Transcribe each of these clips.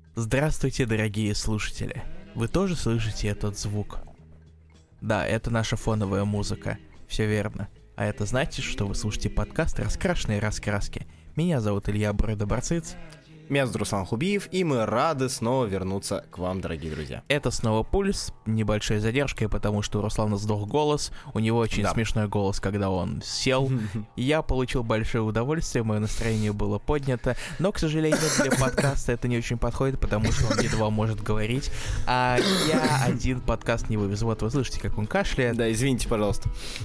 Здравствуйте, дорогие слушатели. Вы тоже слышите этот звук? Да, это наша фоновая музыка. Все верно. А это значит, что вы слушаете подкаст «Раскрашенные раскраски». Меня зовут Илья Бродоборцыц. Меня зовут Руслан Хубиев, и мы рады снова вернуться к вам, дорогие друзья. Это снова «Пульс», небольшой задержкой, потому что у Руслана сдох голос. У него очень смешной голос, когда он сел. Я получил большое удовольствие, мое настроение было поднято. Но, к сожалению, для подкаста это не очень подходит, потому что он едва может говорить. А я один подкаст не вывез. Вот вы слышите, как он кашляет. Да, извините, пожалуйста.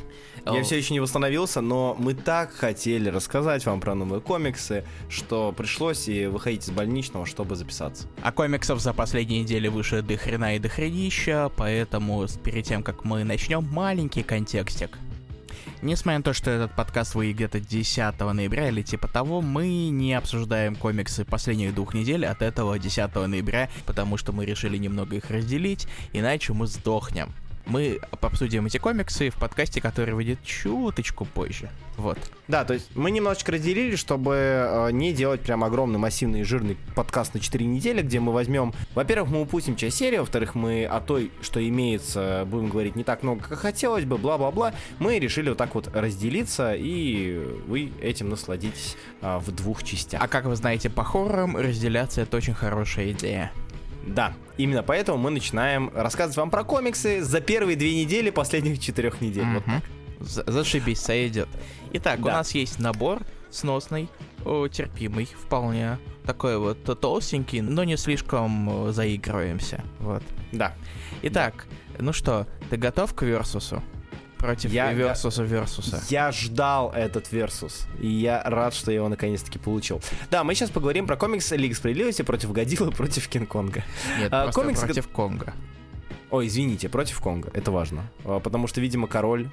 Я все еще не восстановился, но мы так хотели рассказать вам про новые комиксы, что пришлось и выходить из больничного, чтобы записаться. А комиксов за последние недели выше до хрена и до хренища, поэтому перед тем, как мы начнем, маленький контекстик. Несмотря на то, что этот подкаст выйдет где-то 10 ноября или типа того, мы не обсуждаем комиксы последних 2 недель от этого 10 ноября, потому что мы решили немного их разделить, иначе мы сдохнем. Мы обсудим эти комиксы в подкасте, который выйдет чуточку позже. Вот. Да, то есть мы немножечко разделили, чтобы не делать прям огромный, массивный, жирный подкаст на 4 недели, где мы возьмем... Во-первых, мы упустим часть серии, во-вторых, мы о той, что имеется, будем говорить не так много, как хотелось бы, бла-бла-бла. Мы решили вот так вот разделиться, и вы этим насладитесь в 2 частях. А как вы знаете, по хоррорам разделяться — это очень хорошая идея. Да, именно поэтому мы начинаем рассказывать вам про комиксы за первые 2 недели последних 4 недель. Вот так. Зашибись, сойдет. Итак, у нас есть набор сносный, терпимый, вполне такой вот толстенький, но не слишком заигрываемся. Вот. Да. Итак, ну что, ты готов к версусу? Против версуса. Я ждал этот версус, и я рад, что я его наконец-таки получил. Да, мы сейчас поговорим про комикс Лига Справедливости против Годзиллы против Кинг-Конга. Нет, просто комикс против Конга. Ой, извините, против Конга, это важно. Потому что, видимо, король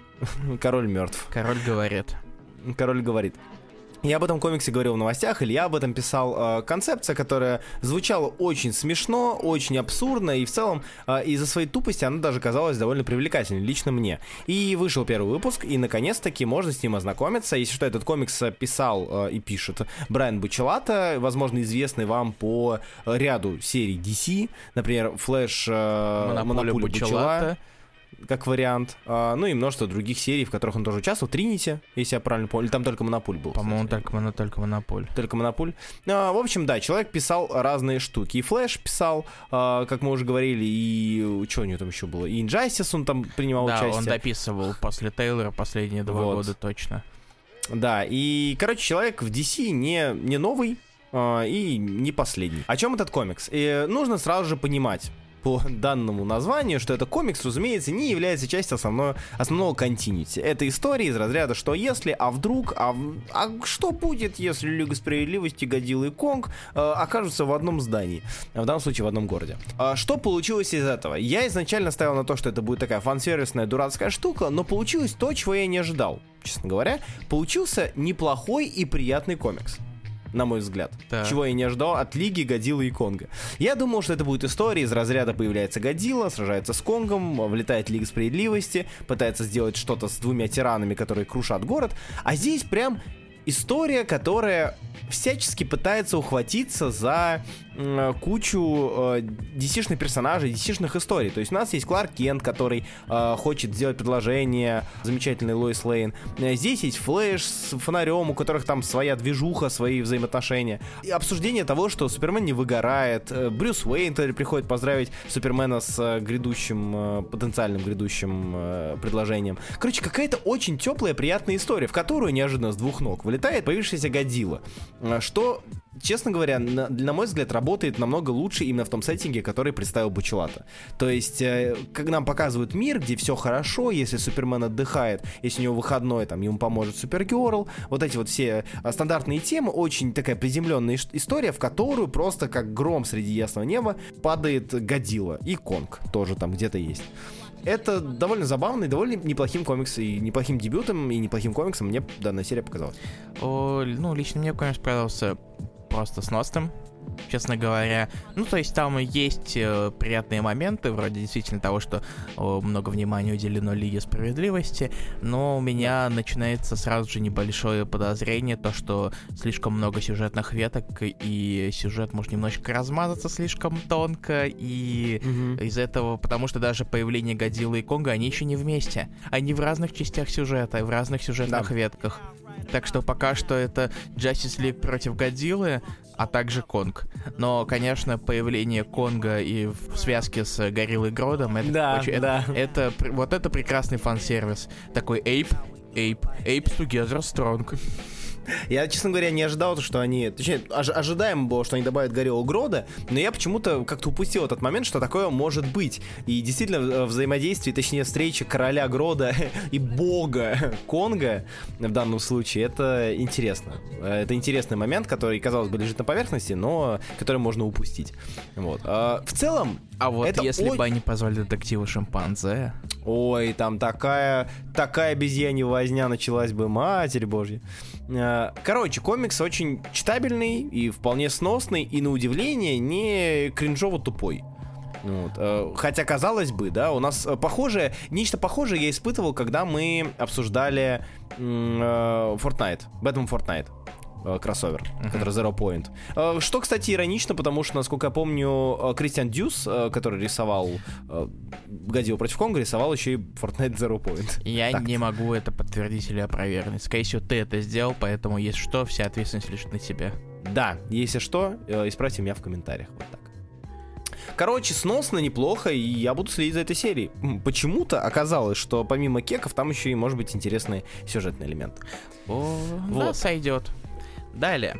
мертв. Король говорит. Я об этом комиксе говорил в новостях, или я об этом писал. Концепция, которая звучала очень смешно, очень абсурдно, и в целом из-за своей тупости она даже казалась довольно привлекательной, лично мне. И вышел первый выпуск, и наконец-таки можно с ним ознакомиться. Если что, этот комикс писал и пишет Брайан Бучелатто, возможно, известный вам по ряду серий DC, например, Флэш, Монополия Бучелатто, как вариант. Ну и множество других серий, в которых он тоже участвовал. Тринити, если я правильно помню. Или там только Монополь был. По-моему, только Монополь. Только Монополь. В общем, да, человек писал разные штуки. И Флэш писал, как мы уже говорили, и что у него там еще было? И Injustice он там принимал участие. Да, он дописывал после Тейлора последние 2 года точно. Да, и, короче, человек в DC не новый и не последний. О чем этот комикс? И нужно сразу же понимать по данному названию, что это комикс, разумеется, не является частью основного континьюти. Это история из разряда «что если», «а вдруг», а что будет, если Лига Справедливости, Годзилла и Конг окажутся в одном здании, в данном случае в одном городе. Что получилось из этого? Я изначально ставил на то, что это будет такая фан-сервисная дурацкая штука, но получилось то, чего я не ожидал, честно говоря. Получился неплохой и приятный комикс, на мой взгляд. Да. Чего я не ожидал от Лиги, Годзиллы и Конга. Я думал, что это будет история из разряда: появляется Годзилла, сражается с Конгом, влетает Лига Справедливости, пытается сделать что-то с 2 тиранами, которые крушат город. А здесь прям история, которая всячески пытается ухватиться за кучу DC-шных персонажей, DC-шных историй. То есть у нас есть Кларк Кент, который хочет сделать предложение замечательной Лоис Лейн. Здесь есть Флэш с фонарем, у которых там своя движуха, свои взаимоотношения. И обсуждение того, что Супермен не выгорает. Брюс Уэйн, который приходит поздравить Супермена с потенциальным грядущим предложением. Короче, какая-то очень теплая, приятная история, в которую неожиданно с 2 ног вылетает появившаяся Годзилла. Что, честно говоря, на мой взгляд, работает намного лучше именно в том сеттинге, который представил Бучелатто. То есть, как нам показывают мир, где все хорошо, если Супермен отдыхает, если у него выходной, там, ему поможет Супергерл, вот эти вот все стандартные темы, очень такая приземленная история, в которую просто как гром среди ясного неба падает Годзилла, и Конг тоже там где-то есть. Это довольно забавный, довольно неплохим комиксом, и неплохим дебютом, и неплохим комиксом мне данная серия показалась. Лично мне комикс понравился просто сносным, честно говоря. Ну, то есть там есть приятные моменты, вроде действительно того, что много внимания уделено Лиге Справедливости, но у меня начинается сразу же небольшое подозрение, то, что слишком много сюжетных веток, и сюжет может немножечко размазаться слишком тонко, и из-за этого, потому что даже появление Годзиллы и Конга, они еще не вместе. Они в разных частях сюжета, в разных сюжетных ветках. Так что пока что это Justice League против Годзиллы, а также Конг. Но, конечно, появление Конга и в связке с Гориллой Гродом, это прекрасный фан-сервис. Такой Apes together strong. Я, честно говоря, не ожидал, что они... Точнее, ожидаемо было, что они добавят Гориллу Грода, но я почему-то как-то упустил этот момент, что такое может быть. И действительно, взаимодействие, точнее, встреча короля Грода и бога Конга в данном случае, это интересно. Это интересный момент, который, казалось бы, лежит на поверхности, но который можно упустить. Вот. В целом... А вот это если бы они позвали детективу шимпанзе... Ой, там такая обезьянья возня началась бы, Матерь Божья. Короче, комикс очень читабельный и вполне сносный, и на удивление не кринжово тупой. Вот. Хотя, казалось бы, да, у нас нечто похожее я испытывал, когда мы обсуждали Fortnite, Batman Fortnite. Кроссовер, который Zero Point. Что, кстати, иронично, потому что, насколько я помню, Кристиан Дьюс, который рисовал Годзиллу против Конга, рисовал еще и Fortnite Zero Point. Я не могу это подтвердить или опровергнуть. Скорее всего, ты это сделал, поэтому, если что, вся ответственность лежит на тебе. Да, если что, исправьте меня в комментариях. Вот так. Короче, сносно, неплохо, и я буду следить за этой серией. Почему-то оказалось, что помимо кеков там еще и может быть интересный сюжетный элемент. Да, сойдет. Далее.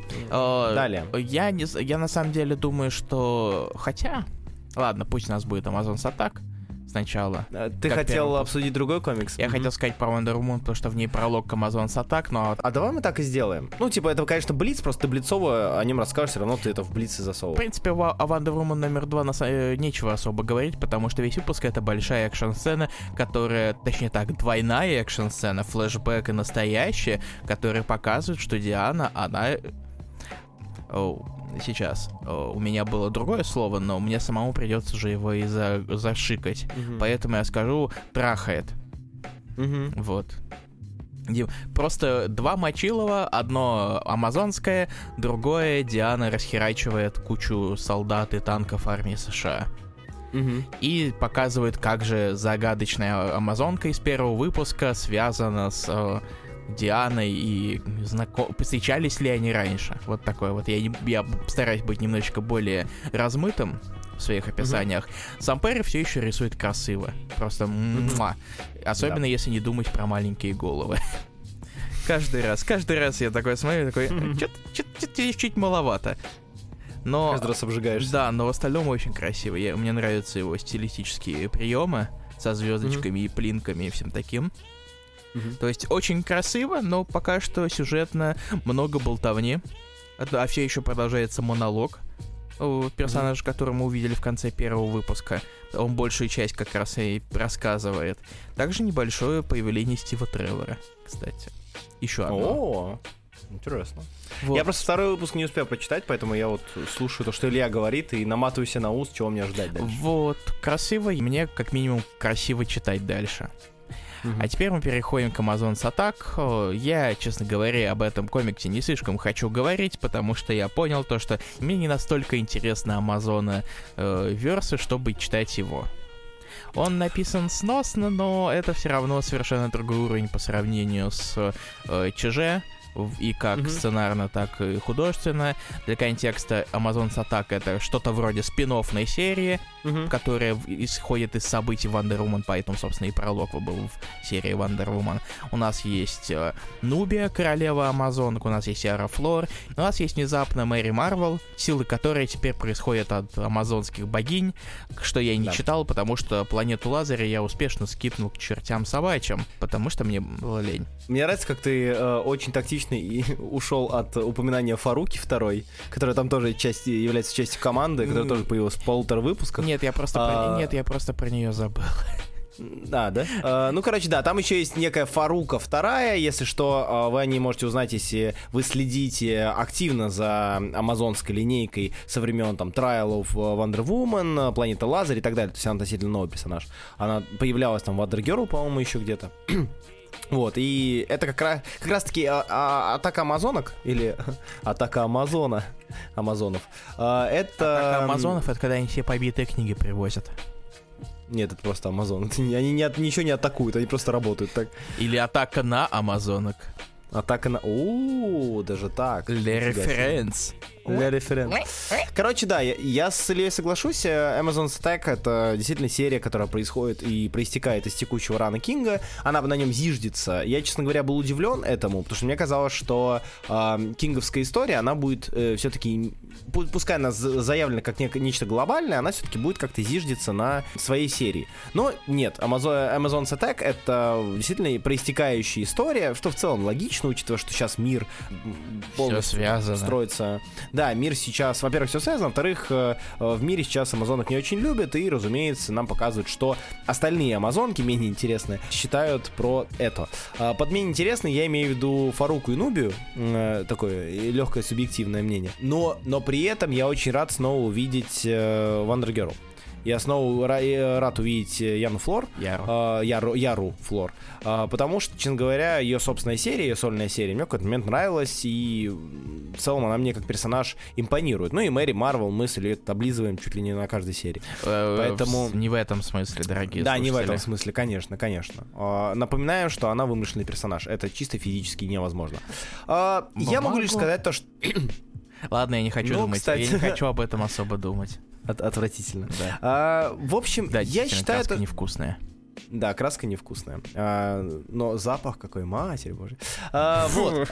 Я на самом деле думаю, что... Хотя... Ладно, пусть у нас будет Amazon's Attack сначала. Ты хотел обсудить другой комикс? Я хотел сказать про Wonder Woman, потому что в ней пролог к Amazon's Attack, но... А давай мы так и сделаем. Ну, типа, это, конечно, Блиц, просто ты Блицово о нем расскажешь, все равно ты это в Блице засовывал. В принципе, о Wonder Woman номер 2 нечего особо говорить, потому что весь выпуск — это большая экшн-сцена, которая, точнее так, двойная экшн-сцена, флешбэк и настоящая, которая показывает, что Диана, она... Сейчас. У меня было другое слово, но мне самому придется же его и зашикать. Поэтому я скажу «трахает». Вот. Просто два Мочилова, одно амазонское, другое Диана расхерачивает кучу солдат и танков армии США. И показывает, как же загадочная амазонка из первого выпуска связана с... Дианой и встречались ли они раньше. Вот такое вот. Я стараюсь быть немножечко более размытым в своих описаниях. Сам Перри все еще рисует красиво. Просто особенно если не думать про маленькие головы. Каждый раз я такой смотрю, такой, что-то чуть маловато. Но, каждый раз обжигаешься. Да, но в остальном очень красиво. Мне нравятся его стилистические приемы со звездочками и плинками и всем таким. То есть очень красиво, но пока что сюжетно много болтовни. А все еще продолжается монолог персонажа, которого мы увидели в конце первого выпуска. Он большую часть как раз и рассказывает. Также небольшое появление Стива Тревора, кстати. Еще одно. О, интересно. Вот. Я просто второй выпуск не успел прочитать, поэтому я вот слушаю то, что Илья говорит, и наматываю себе на ус, чего мне ждать дальше. Вот, красиво, и мне как минимум красиво читать дальше. А теперь мы переходим к Amazon's Attack. Я, честно говоря, об этом комиксе не слишком хочу говорить, потому что я понял то, что мне не настолько интересно Амазона версы, чтобы читать его. Он написан сносно, но это все равно совершенно другой уровень по сравнению с ЧЖ. И как сценарно, так и художественно. Для контекста, Amazon's Attack — это что-то вроде спин-оффной серии, которая исходит из событий Wonder Woman, поэтому, собственно, и пролог был в серии Wonder Woman. У нас есть Нубия, королева Амазонок, у нас есть Яра Флор, у нас есть внезапно Мэри Марвел, силы которой теперь происходят от амазонских богинь, что я не читал, потому что планету Лазаря я успешно скипнул к чертям собачьим, потому что мне было лень. Мне нравится, как ты очень тактично и ушел от упоминания Фаруки второй, которая там тоже является частью команды, которая тоже появилась в 1,5 выпусках. Нет, я просто про нее забыл. Ну, короче, да, там еще есть некая Фарука вторая, если что, вы о ней можете узнать, если вы следите активно за амазонской линейкой со времен там Trial of Wonder Woman, Планета Лазарь и так далее, то есть она относительно новый персонаж. Она появлялась там в Wonder Girl, по-моему, еще где-то. Вот, и это как раз-таки атака амазонок, или атака амазонов. Атака амазонов — это когда они все побитые книги привозят. Нет, это просто Амазон. Они ничего не атакуют, они просто работают так. Или атака на амазонок. Атака на... О, даже так. Le Reference. Короче, да, я с Ильей соглашусь. Amazon's Attack — это действительно серия, которая происходит и проистекает из текущего рана Кинга. Она на нем зиждется. Я, честно говоря, был удивлен этому, потому что мне казалось, что кинговская история, она будет все-таки, пускай она заявлена как нечто глобальное, она все-таки будет как-то зиждется на своей серии. Но нет, Amazon's Attack — это действительно проистекающая история, что в целом логично, учитывая, что сейчас мир полностью строится. Да, мир сейчас, во-первых, все связано, во-вторых, в мире сейчас амазонок не очень любят, и, разумеется, нам показывают, что остальные амазонки, менее интересные, считают про это. Под менее интересные я имею в виду Фаруку и Нубию, такое легкое субъективное мнение, но при этом я очень рад снова увидеть Wonder Girl. Я снова рад увидеть Яну Флор, Яру Флор, потому что, честно говоря, ее собственная серия, ее сольная серия мне в какой-то момент нравилась, и в целом она мне как персонаж импонирует. Ну и Мэри Марвел мы с Ильей облизываем чуть ли не на каждой серии. Поэтому... Не в этом смысле, дорогие слушатели. Да, не в этом смысле, конечно. Напоминаем, что она вымышленный персонаж. Это чисто физически невозможно. Я могу лишь сказать то, что... Ладно, я не хочу думать, кстати... я не хочу об этом особо думать. Отвратительно. Да. В общем, да, я считаю... краска невкусная. Да, краска невкусная. Но запах какой, матерь божья. Вот.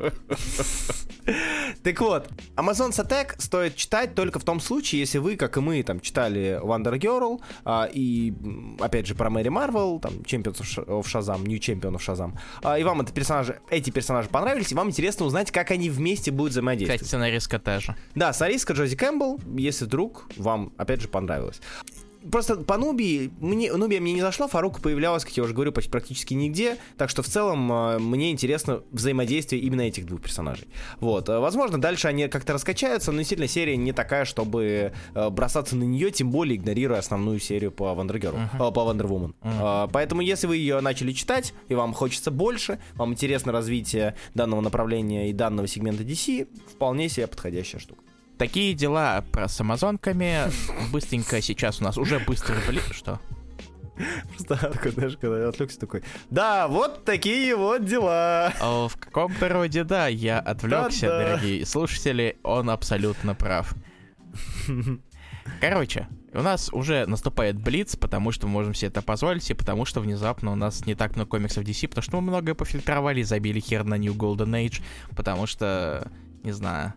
Так вот, Amazon's Attack стоит читать только в том случае, если вы, как и мы, там, читали Wonder Girl, и, опять же, про Мэри Марвел, там, Champions of Shazam, New Champion of Shazam, и вам эти персонажи понравились, и вам интересно узнать, как они вместе будут взаимодействовать. Кстати, сценаристка та же. Да, сценаристка Джози Кэмпбелл, если вдруг вам, опять же, понравилось. Просто по Нубии, Нубия мне не зашла, Фарука появлялась, как я уже говорю, практически нигде, так что в целом мне интересно взаимодействие именно этих двух персонажей. Вот, возможно, дальше они как-то раскачаются, но действительно серия не такая, чтобы бросаться на нее, тем более игнорируя основную серию по Wonder Girl, по Wonder Woman. Поэтому, если вы ее начали читать, и вам хочется больше, вам интересно развитие данного направления и данного сегмента DC, вполне себе подходящая штука. Такие дела с амазонками. Быстренько сейчас у нас уже быстрый Что? Просто такой, знаешь, когда я отвлекся, такой: да, вот такие вот дела. В каком-то роде, да, я отвлекся, дорогие слушатели, он абсолютно прав. Короче, у нас уже наступает блиц, потому что мы можем себе это позволить, и потому что внезапно у нас не так много комиксов DC, потому что мы многое пофильтровали и забили хер на New Golden Age, потому что, не знаю...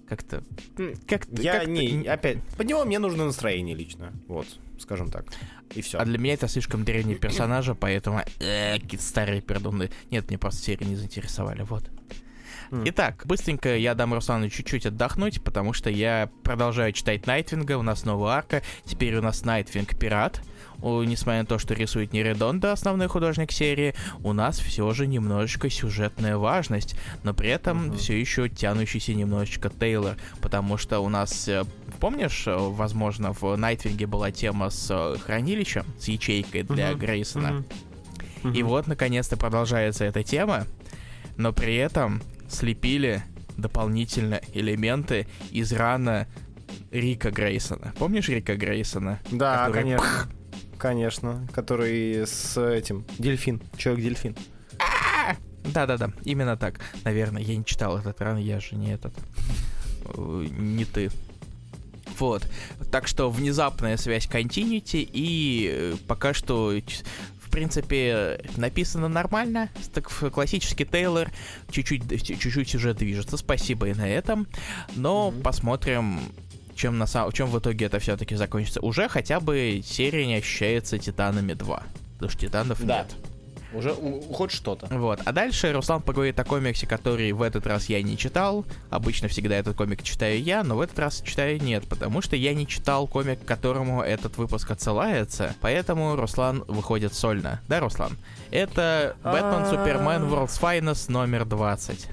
Опять, под него мне нужно настроение лично. Вот, скажем так. И все. А для меня это слишком древние персонажи, поэтому какие-то старые пердуны. Нет, мне просто серии не заинтересовали, вот. Итак, быстренько я дам Руслану чуть-чуть отдохнуть, потому что я продолжаю читать Найтвинга, у нас новая арка, теперь у нас Найтвинг Пират. Несмотря на то, что рисует не Редондо, основной художник серии, у нас все же немножечко сюжетная важность, но при этом все еще тянущийся немножечко Тейлор, потому что у нас, помнишь, возможно, в Найтвинге была тема с хранилищем, с ячейкой для Грейсона, и вот, наконец-то, продолжается эта тема, но при этом слепили дополнительно элементы из рана Рика Грейсона. Помнишь Рика Грейсона? Да, конечно. Конечно, который с этим, дельфин, Человек-дельфин. Да-да-да, именно так. Наверное, я не читал этот ран, я же не не ты. Вот, так что внезапная связь Continuity, и пока что, в принципе, написано нормально, так классический Тейлор, чуть-чуть сюжет движется, спасибо и на этом, но посмотрим... Чем в итоге это все-таки закончится. Уже хотя бы серия не ощущается Титанами 2. Потому что Титанов нет. Уже хоть что-то. Вот. А дальше Руслан поговорит о комиксе, который в этот раз я не читал. Обычно всегда этот комик читаю я, но в этот раз читаю нет, потому что я не читал комик, к которому этот выпуск отсылается, поэтому Руслан выходит сольно. Да, Руслан? Это Бэтмен Супермен World's Finest номер 20.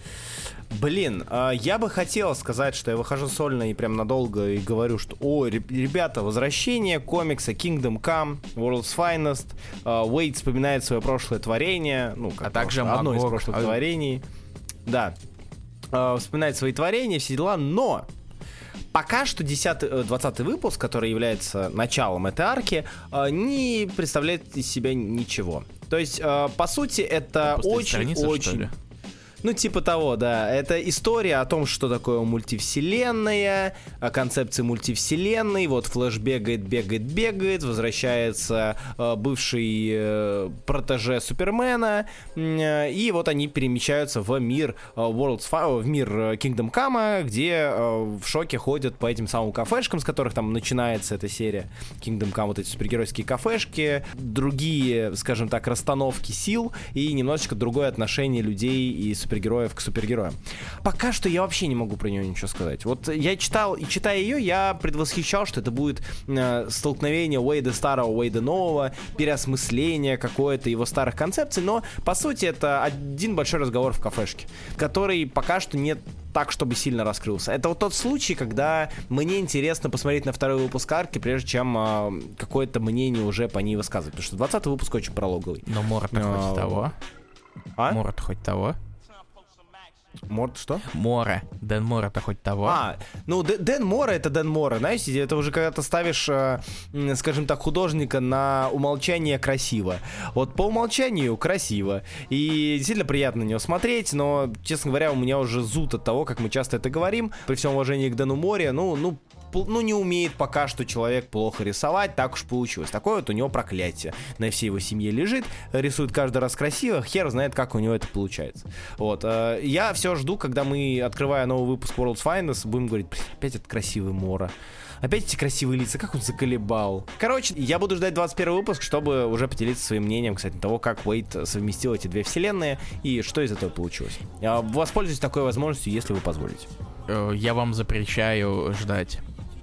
Блин, я бы хотел сказать, что я выхожу сольно и прям надолго и говорю, что, ребята, возвращение комикса Kingdom Come, World's Finest, Уэйд вспоминает свое прошлое творение, а также одно из прошлых творений. Да, вспоминает свои творения, все дела, но пока что 20 выпуск, который является началом этой арки, не представляет из себя ничего. То есть, по сути, это очень-очень... Ну, типа того, да. Это история о том, что такое мультивселенная, о концепции мультивселенной. Вот Флэш бегает, возвращается бывший протеже Супермена, и вот они перемещаются в мир в мир Kingdom Come, где в шоке ходят по этим самым кафешкам, с которых там начинается эта серия Kingdom Come, вот эти супергеройские кафешки, другие, скажем так, расстановки сил и немножечко другое отношение людей и супергероев к супергероям. Пока что я вообще не могу про нее ничего сказать. Вот я читал, и читая ее, я предвосхищал, что это будет столкновение Уэйда старого, Уэйда нового, переосмысление какое-то его старых концепций, но по сути это один большой разговор в кафешке, который пока что не так, чтобы сильно раскрылся. Это вот тот случай, когда мне интересно посмотреть на второй выпуск арки, прежде чем какое-то мнение уже по ней высказывать, потому что 20-й выпуск очень прологовый. Но Мора-то хоть того. Мора-то хоть того. Морд что? Мора. Дэн Мора-то хоть того. Дэн Мора — это Дэн Мора, знаете, это уже когда ты ставишь, скажем так, художника на умолчание красиво. Вот по умолчанию красиво. И действительно приятно на него смотреть, но, честно говоря, у меня уже зуд от того, как мы часто это говорим. При всем уважении к Дэну Море, не умеет пока что человек плохо рисовать, так уж получилось. Такое вот у него проклятие. На всей его семье лежит, рисует каждый раз красиво, хер знает, как у него это получается. Вот. Я все жду, когда мы, открывая новый выпуск World's Finest, будем говорить, опять этот красивый Мора. Опять эти красивые лица, как он заколебал. Короче, я буду ждать 21 выпуск, чтобы уже поделиться своим мнением, кстати, того, как Уэйд совместил эти две вселенные и что из этого получилось. Воспользуйтесь такой возможностью, если вы позволите. Я вам запрещаю ждать.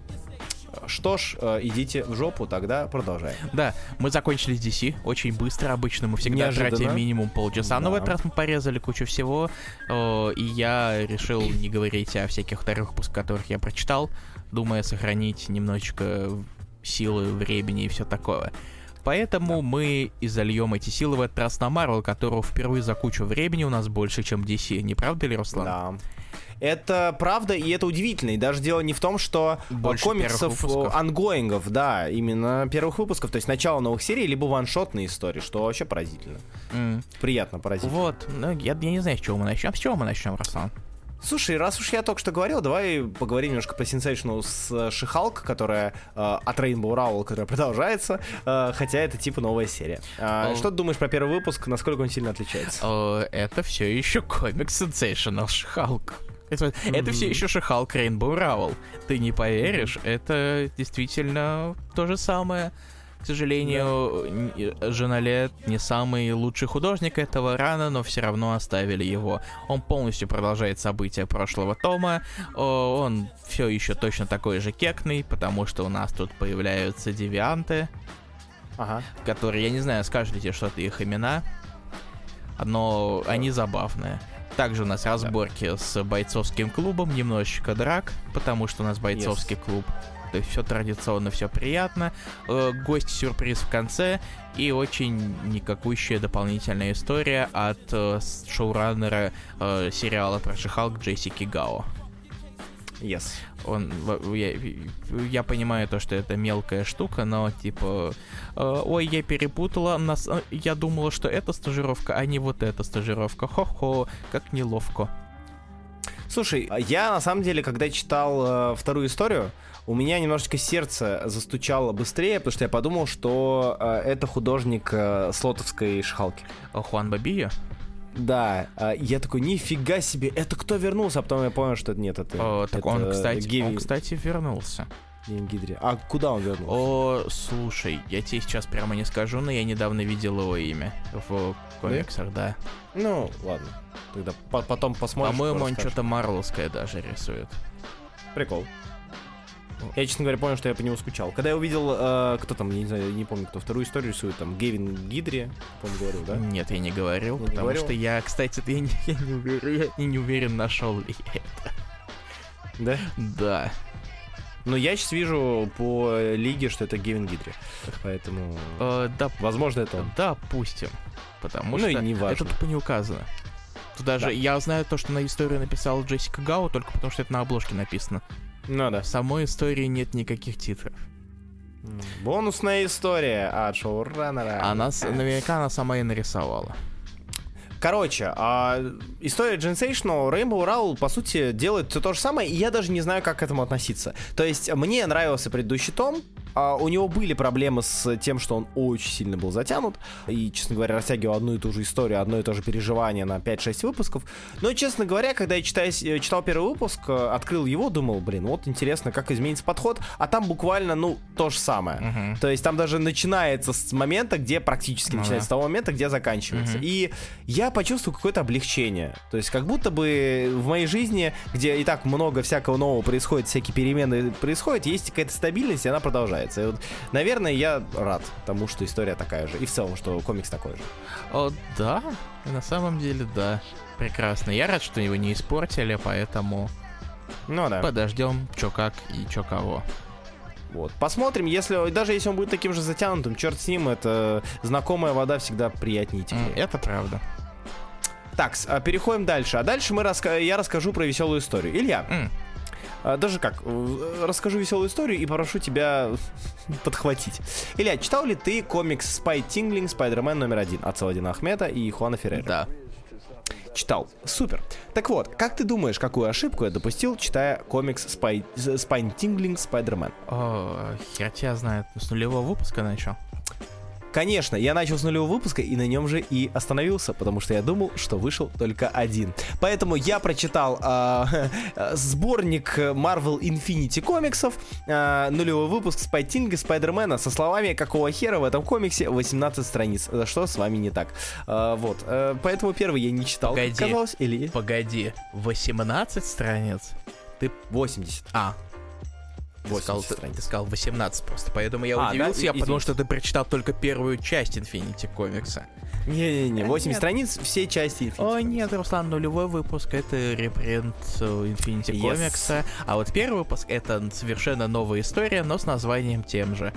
Что ж, идите в жопу, тогда продолжаем. Да, мы закончили с DC очень быстро. Обычно мы всегда тратим минимум полчаса, но в этот раз мы порезали кучу всего, и я решил не говорить о всяких вторых выпусках, которых я прочитал, думая сохранить немножечко силы, времени и все такое. Поэтому мы и зальем эти силы в этот раз на Marvel, которого впервые за кучу времени у нас больше, чем DC. Не правда ли, Руслан? Да. Это правда, и это удивительно. И даже дело не в том, что больше комиксов ангоингов, да, именно первых выпусков, то есть начало новых серий, либо ваншотные истории, что вообще поразительно. Приятно, поразительно. Вот, я не знаю, с чего мы начнем. С чего мы начнем, Руслан? Слушай, раз уж я только что говорил, давай поговорим немножко про Sensational с She-Hulk, которая от Rainbow Rowell, которая продолжается, хотя это типа новая серия. Что ты думаешь про первый выпуск, насколько он сильно отличается? Это все еще комикс Sensational She-Hulk. Это все еще She-Hulk Rainbow Rowell. Ты не поверишь, это действительно то же самое. К сожалению, Жоналет не самый лучший художник этого рана, но все равно оставили его. Он полностью продолжает события прошлого тома. Он все еще точно такой же кекный, потому что у нас тут появляются девианты, которые, я не знаю, скажете что-то их имена, но они забавные. Также у нас разборки с бойцовским клубом, немножечко драк, потому что у нас бойцовский клуб. То есть все традиционно, все приятно. Гость-сюрприз в конце и очень никакущая дополнительная история от шоураннера сериала про She-Hulk Джессики Гао. Yes. Я понимаю то, что это мелкая штука, но типа, ой, я перепутала, я думала, что это стажировка, а не вот эта стажировка. Хо-хо, как неловко. Слушай, я на самом деле, когда читал вторую историю, у меня немножечко сердце застучало быстрее, потому что я подумал, что это художник слотовской She-Hulk. Хуан Бабио? Да, я такой, нифига себе, это кто вернулся? А потом я понял, что нет, это... Так он, кстати, вернулся. Гейвин Гидре. А куда он вернулся? О, слушай, я тебе сейчас прямо не скажу, но я недавно видел его имя в комиксах, да. Ну, ладно. Тогда потом посмотрим. По-моему, он что-то марвелское даже рисует. Прикол. Я, честно говоря, понял, что я по нему скучал. Когда я увидел, кто там, не знаю, не помню, кто вторую историю рисует, там, Гейвин Гидре, по-моему, говорил, да? Нет, я не говорил, Я не потому говорил? что я, кстати, я не уверен, нашел ли я это. Да? Да. Но я сейчас вижу по лиге, что это Гейвин Гидре. Поэтому, Да, возможно, это он. допустим. Потому Ну и что не важно. это тупо не указано. Тут даже Да. я знаю то, что на историю написала Джессика Гау, только потому что это на обложке написано. Ну да. В самой истории нет никаких титров. Бонусная история от шоураннера. Наверняка она сама и нарисовала. Короче, история Gensational, Rainbow Rowell, по сути, делает все то же самое, и я даже не знаю, как к этому относиться. То есть, мне нравился предыдущий том, у него были проблемы с тем, что он очень сильно был затянут, и, честно говоря, растягивал одну и ту же историю, одно и то же переживание на 5-6 выпусков. Но, честно говоря, когда я читал первый выпуск, открыл его, думал, блин, вот интересно, как изменится подход, а там буквально, то же самое. То есть, там даже начинается с момента, где практически начинается с того момента, где заканчивается. И я почувствовал какое-то облегчение. То есть, как будто бы в моей жизни, где и так много всякого нового происходит, всякие перемены происходят, есть какая-то стабильность, и она продолжается. И вот, наверное, я рад тому, что история такая же. И в целом, что комикс такой же. Да, на самом деле, да. Прекрасно. Я рад, что его не испортили, поэтому Ну да. подождем, чё как и чё кого. Вот. Посмотрим, даже если он будет таким же затянутым, черт с ним, это знакомая вода всегда приятнее и теплее. Это правда. Так, переходим дальше. А дальше я расскажу про веселую историю. Илья, даже как, расскажу веселую историю и попрошу тебя подхватить. Илья, читал ли ты комикс Spy Tingling Spider-Man номер 1 от Саладина Ахмеда и Хуана Феррейра? Да. Читал. Супер. Так вот, как ты думаешь, какую ошибку я допустил, читая комикс Spy Tingling Spider-Man? Хер тебя знает. С нулевого выпуска начал. Конечно, я начал с нулевого выпуска и на нем же и остановился, потому что я думал, что вышел только один. Поэтому я прочитал сборник Marvel Infinity комиксов, нулевой выпуск Spy Tingling Spider-Man со словами «Какого хера в этом комиксе 18 страниц?» За что с вами не так. Вот. Поэтому первый я не читал, Погоди. как казалось, или... Погоди, 18 страниц? 80. 80 страниц. Ты сказал 18 просто, поэтому я удивился, да? я подумал, Извините. что ты прочитал только первую часть Infinity комикса. Не-не-не, 8 Нет. страниц, все части Infinity. О, нет, Руслан, нулевой выпуск — это репринт Infinity Yes. комикса, а вот первый выпуск — это совершенно новая история, но с названием тем же.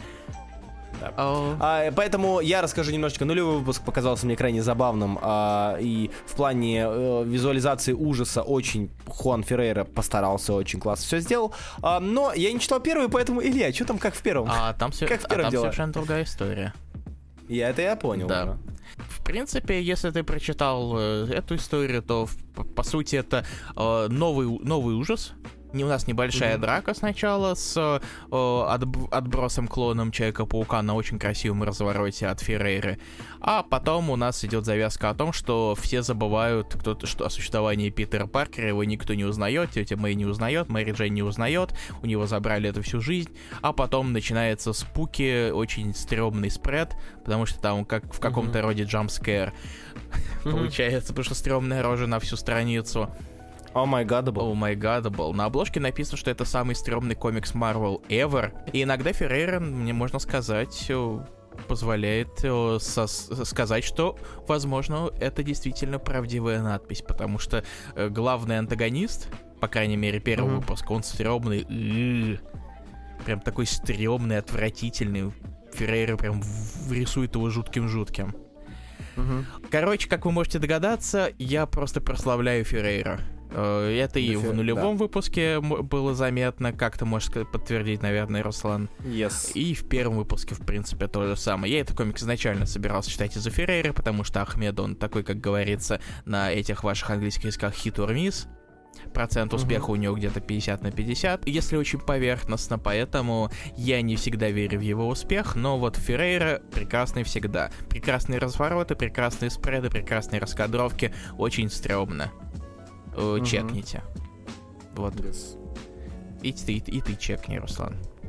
Да. Поэтому я расскажу немножечко. Нулевой выпуск показался мне крайне забавным. И в плане визуализации ужаса очень Хуан Феррейра постарался, очень классно все сделал. Но я не читал первый, поэтому, Илья, что там как в первом? Там Как в первом дела? совершенно другая история. Я понял. Да. уже. В принципе, если ты прочитал эту историю, то по сути это новый ужас. У нас небольшая драка сначала с отбросом-клоном Человека-паука на очень красивом развороте от Феррейры. А потом у нас идет завязка о том, что все забывают что о существовании Питера Паркера, его никто не узнает, тетя Мэй не узнает, Мэри Джейн не узнает, у него забрали эту всю жизнь, а потом начинается спуки, очень стрёмный спред, потому что там как в каком-то роде джампскэр получается, потому что стрёмная рожа на всю страницу. Oh my God. Oh my God. На обложке написано, что это самый стрёмный комикс Marvel ever. И иногда Феррейра, мне можно сказать, позволяет сказать, что, возможно, это действительно правдивая надпись, потому что главный антагонист, по крайней мере, первый выпуск, он стрёмный. Прям такой стрёмный, отвратительный. Феррейра прям рисует его жутким-жутким. Короче, как вы можете догадаться, я просто прославляю Феррейра. Это и в нулевом выпуске было заметно, как ты можешь подтвердить, наверное, Руслан. Yes. И в первом выпуске, в принципе, то же самое. Я этот комикс изначально собирался читать из-за Феррейры, потому что Ахмед, он такой, как говорится, на этих ваших английских языках hit or miss. Процент успеха у него где-то 50/50, если очень поверхностно, поэтому я не всегда верю в его успех, но вот Феррейра прекрасный всегда. Прекрасные развороты, прекрасные спреды, прекрасные раскадровки, очень стрёмно. Чекните. Вот. Yes. И ты чекни, Руслан.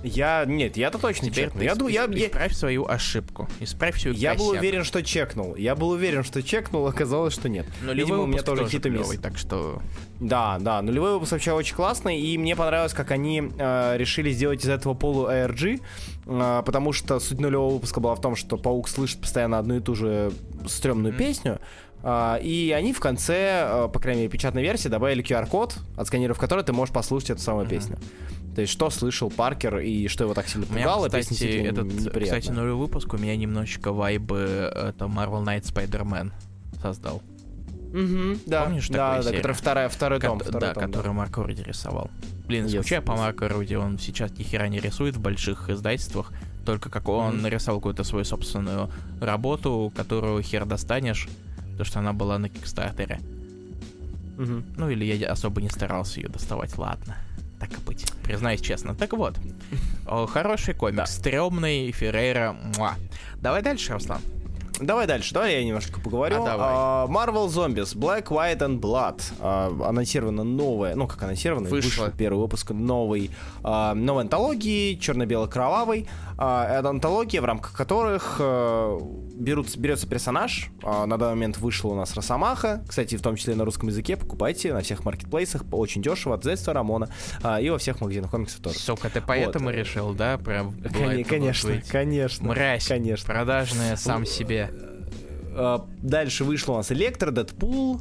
Я-то точно Теперь чекнул. исправь свою ошибку. Исправь свою Я был косяк. уверен, что чекнул. Оказалось, что нет. Видимо, у меня тоже какие-то миссы. Так что... Да, нулевой выпуск вообще очень классный, и мне понравилось, как они решили сделать из этого полу-ARG, потому что суть нулевого выпуска была в том, что Паук слышит постоянно одну и ту же стрёмную песню, и они в конце, по крайней мере, печатной версии, добавили QR-код, отсканировав который ты можешь послушать эту самую песню. То есть, что слышал Паркер и что его так сильно пугало, кстати, нулевой выпуск у меня немножечко вайбы это Marvel Knight Spider-Man создал. Да, помнишь такую серию? Который второй том. Который Марк Руди рисовал. Блин, скучаю по Марку Руди, он сейчас ни хера не рисует в больших издательствах, только как он нарисовал какую-то свою собственную работу, которую хер достанешь, потому что она была на Кикстартере. Ну или я особо не старался ее доставать, ладно. Так и быть, признаюсь честно. Так вот, хороший комикс, стрёмный, Феррейра, муа. Давай дальше, Руслан. Давай дальше, давай я немножко поговорю. Marvel Zombies, Black, White and Blood. Анонсировано новое, вышел первый выпуск новой антологии, черно-бело-кровавой. Это антология, в рамках которых берется персонаж. На данный момент вышел у нас Росомаха, кстати, в том числе и на русском языке. Покупайте на всех маркетплейсах, очень дешево, от издательства Рамона, и во всех магазинах комиксов тоже. Сука, ты поэтому решил, да? Прям конечно. Мразь, продажная сам себе. Дальше вышло у нас Электро, Дэдпул,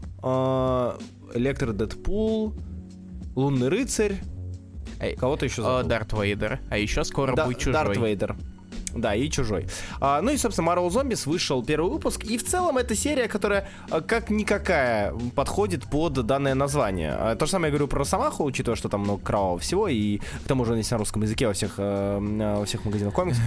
Лунный рыцарь. Кого-то еще забыл. Дарт Вейдер. А еще скоро будет Чужой. Дарт Вейдер. Да, и Чужой. Ну и, собственно, Marvel Zombies вышел первый выпуск. И в целом это серия, которая как никакая подходит под данное название. То же самое я говорю про Росомаху, учитывая, что там много кровавого всего. И к тому же он есть на русском языке во всех магазинах комиксов.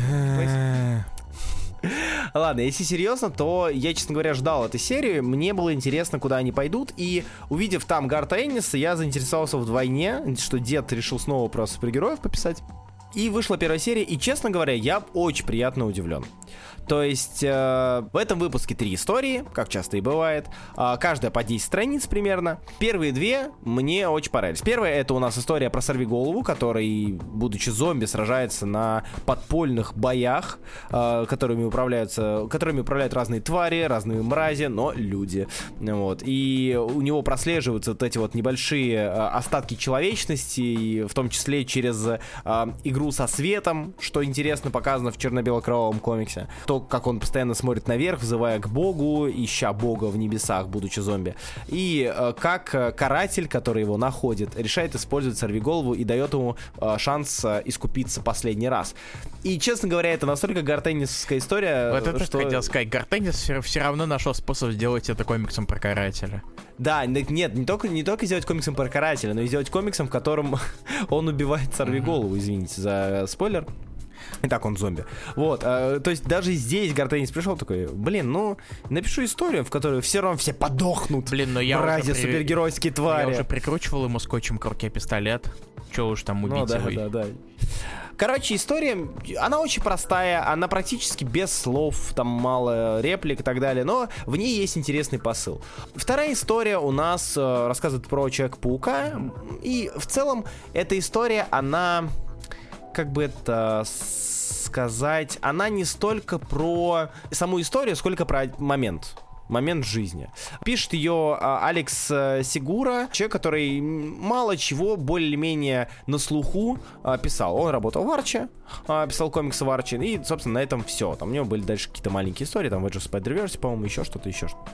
Ладно, если серьезно, то я, честно говоря, ждал этой серии. Мне было интересно, куда они пойдут. И увидев там Гарта Энниса, я заинтересовался вдвойне, что дед решил снова про супергероев пописать. И вышла первая серия, и, честно говоря, я очень приятно удивлен. То есть в этом выпуске 3 истории, как часто и бывает, каждая по 10 страниц примерно. Первые 2 мне очень понравились. Первая — это у нас история про Сорвиголову, который, будучи зомби, сражается на подпольных боях, которыми управляют разные твари, разные мрази, но люди. Вот. И у него прослеживаются вот эти вот небольшие остатки человечности, в том числе через игру со светом, что интересно показано в черно-бело-кровавом комиксе. То, как он постоянно смотрит наверх, взывая к богу, ища бога в небесах, будучи зомби. И как каратель, который его находит, решает использовать Сорвиголову и дает ему шанс искупиться последний раз. И, честно говоря, это настолько гартеннисовская история, вот это что... хотел сказать. Гартеннис все равно нашел способ сделать это комиксом про карателя. Да, нет, не только сделать комиксом про карателя, но и сделать комиксом, в котором он убивает Сорвиголову, извините за спойлер. Итак, он зомби. Вот, то есть даже здесь Гартенис пришел такой, напишу историю, в которой все равно все подохнут. Мрази, супергеройские твари. Я уже прикручивал ему скотчем к руке пистолет. Че уж там убить его. Да. Короче, история, она очень простая, она практически без слов, там мало реплик и так далее, но в ней есть интересный посыл. Вторая история у нас рассказывает про Человека-паука, и в целом эта история, она... как бы это сказать, она не столько про саму историю, сколько про момент жизни. Пишет ее Алекс Сигура, человек, который мало чего более-менее на слуху писал. Он работал в Арче, писал комиксы в Арче, и, собственно, на этом все. Там у него были дальше какие-то маленькие истории, там в Edge of Spider-Verse, по-моему, еще что-то.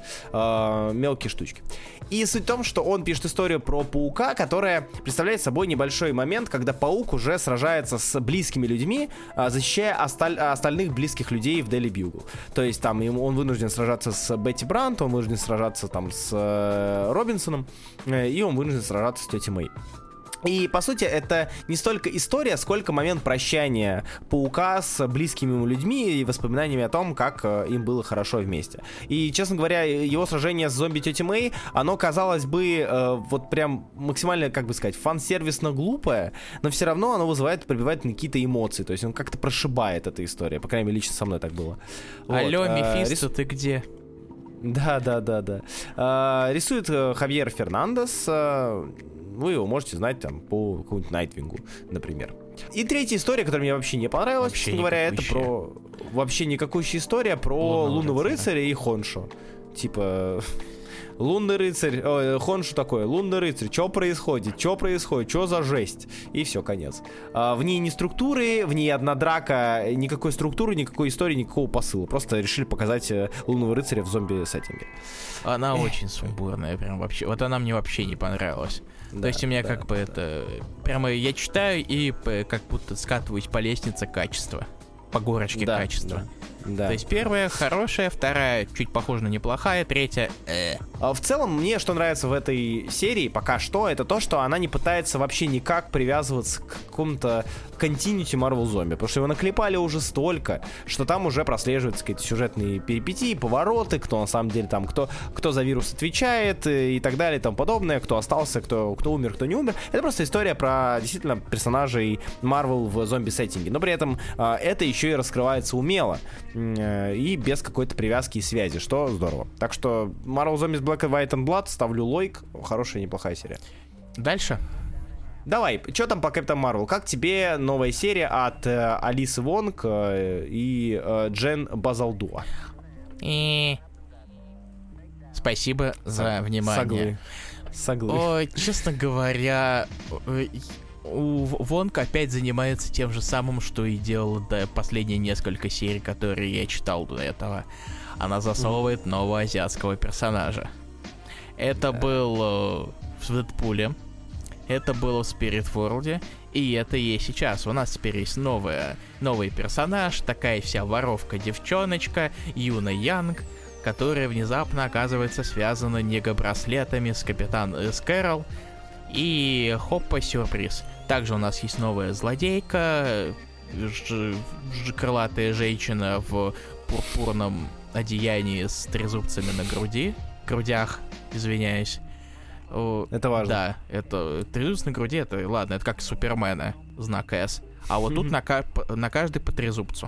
Мелкие штучки. И суть в том, что он пишет историю про паука, которая представляет собой небольшой момент, когда паук уже сражается с близкими людьми, защищая остальных близких людей в Daily Bugle. То есть там он вынужден сражаться с Бетти Брант, он вынужден сражаться там с Робинсоном, и он вынужден сражаться с тетей Мэй. И, по сути, это не столько история, сколько момент прощания паука с близкими ему людьми и воспоминаниями о том, как им было хорошо вместе. И, честно говоря, его сражение с зомби тети Мэй, оно, казалось бы, вот прям максимально, как бы сказать, фан-сервисно глупое, но все равно оно пробивает на какие-то эмоции. То есть он как-то прошибает эта история. По крайней мере, лично со мной так было. Алло, Мефисто, ты где? Да. Рисует Хавьер Фернандес. Вы его можете знать там по какому-нибудь Найтвингу, например. И третья история, которая мне вообще не понравилась, честно говоря, это про... Вообще никакущая история про Лунного рыцаря и Хоншу. Типа... Лунный рыцарь, Хоншу такой, лунный рыцарь, что происходит, что за жесть? И все, конец. В ней ни структуры, в ней одна драка, никакой структуры, никакой истории, никакого посыла. Просто решили показать лунного рыцаря в зомби-сеттинге. Она очень сумбурная, прям вообще. Вот она мне вообще не понравилась. То есть у меня как бы это... Прямо я читаю и как будто скатываюсь по лестнице качества. По горочке качества. Да. То есть первая хорошая, вторая чуть похоже на неплохая, третья В целом, мне что нравится в этой серии пока что, это то, что она не пытается вообще никак привязываться к какому-то континьюти Marvel Zombie, потому что его наклепали уже столько, что там уже прослеживаются какие-то сюжетные перипетии, повороты, кто на самом деле там, кто за вирус отвечает и так далее и тому подобное, кто остался, кто умер, кто не умер. Это просто история про действительно персонажей Marvel в зомби-сеттинге, но при этом это еще и раскрывается умело и без какой-то привязки и связи, что здорово. Так что Marvel Zombies Black and White and Blood ставлю лайк, хорошая, неплохая серия. Дальше? Давай, что там по Капитан Марвел? Как тебе новая серия от Алисы Вонг и Джен Базалдуа? Спасибо за внимание. Соглы. Ой, честно говоря, Вонг опять занимается тем же самым, что и делал до последние несколько серий, которые я читал до этого. Она засовывает нового азиатского персонажа. Это был в Дэдпуле, это было в Spirit World, и это и есть сейчас. У нас теперь есть новый персонаж, такая вся воровка-девчоночка, Юна Янг, которая внезапно оказывается связана негобраслетами с Кэрол. И хоппа, сюрприз. Также у нас есть новая злодейка, крылатая женщина в пурпурном одеянии с трезубцами на грудях, извиняюсь. Это важно. Да, это трезубцы на груди, это ладно, это как Супермена, знак S. А вот тут на каждый по трезубцу.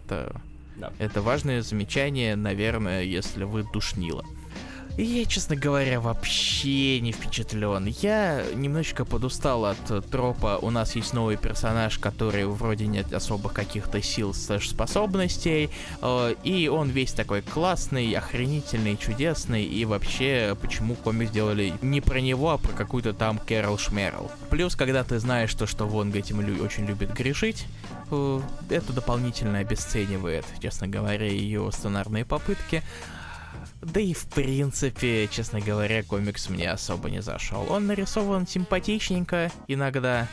Это важное замечание, наверное, если вы душнило. И я, честно говоря, вообще не впечатлен. Я немножечко подустал от тропа. У нас есть новый персонаж, который вроде нет особых каких-то сил способностей. И он весь такой классный, охренительный, чудесный. И вообще, почему комикс сделали не про него, а про какую-то там Кэрол Шмерл. Плюс, когда ты знаешь, что Вонг этим очень любит грешить, это дополнительно обесценивает, честно говоря, ее сценарные попытки. Да и в принципе, честно говоря, комикс мне особо не зашел. Он нарисован симпатичненько иногда,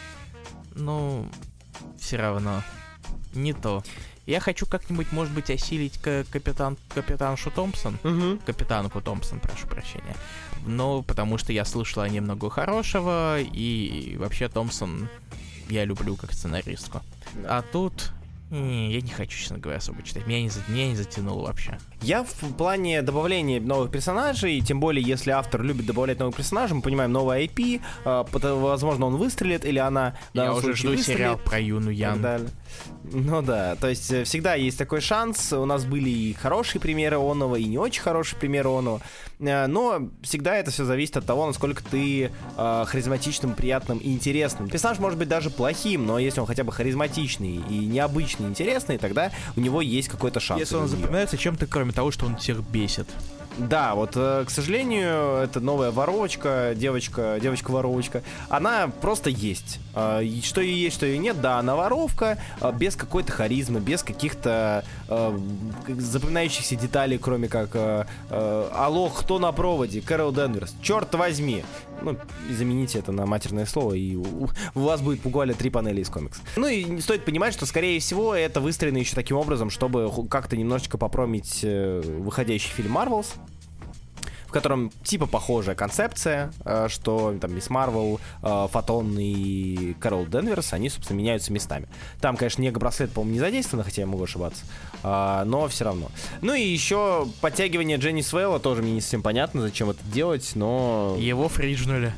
но все равно не то. Я хочу как-нибудь, может быть, осилить капитаншу Томпсон. Капитанку Томпсон, прошу прощения. Ну, потому что я слышал о ней много хорошего, и вообще Томпсон я люблю как сценаристку. А тут... я не хочу, честно говоря, особо читать. Меня не затянуло вообще. Я в плане добавления новых персонажей, тем более, если автор любит добавлять новых персонажей, мы понимаем, новый IP, возможно, он выстрелит, или она... Я уже жду сериал про Юну Янг. Ну да, то есть всегда есть такой шанс. У нас были и хорошие примеры оного, и не очень хорошие примеры оного. Но всегда это все зависит от того, насколько ты харизматичным, приятным и интересным. Персонаж может быть даже плохим, но если он хотя бы харизматичный и необычный, интересный, тогда у него есть какой-то шанс. Если он запоминается чем-то, кроме того, что он всех бесит. Да, вот, к сожалению, эта новая воровочка, девочка-воровочка, она просто есть. Что и есть, что и нет, да, она воровка, без какой-то харизмы, без каких-то запоминающихся деталей, кроме как алло, кто на проводе? Кэрол Денверс, черт возьми. Ну, замените это на матерное слово, и у вас будет буквально 3 панели из комикса. Ну и стоит понимать, что, скорее всего, это выстроено еще таким образом, чтобы как-то немножечко попромить выходящий фильм Marvels, в котором типа похожая концепция, что там Мисс Марвел, Фотон и Кэрол Денверс, они, собственно, меняются местами. Там, конечно, нега-браслет, по-моему, не задействован, хотя я могу ошибаться, но все равно. Ну и еще подтягивание Дженни Свейла тоже мне не совсем понятно, зачем это делать, но... Его фриджнули.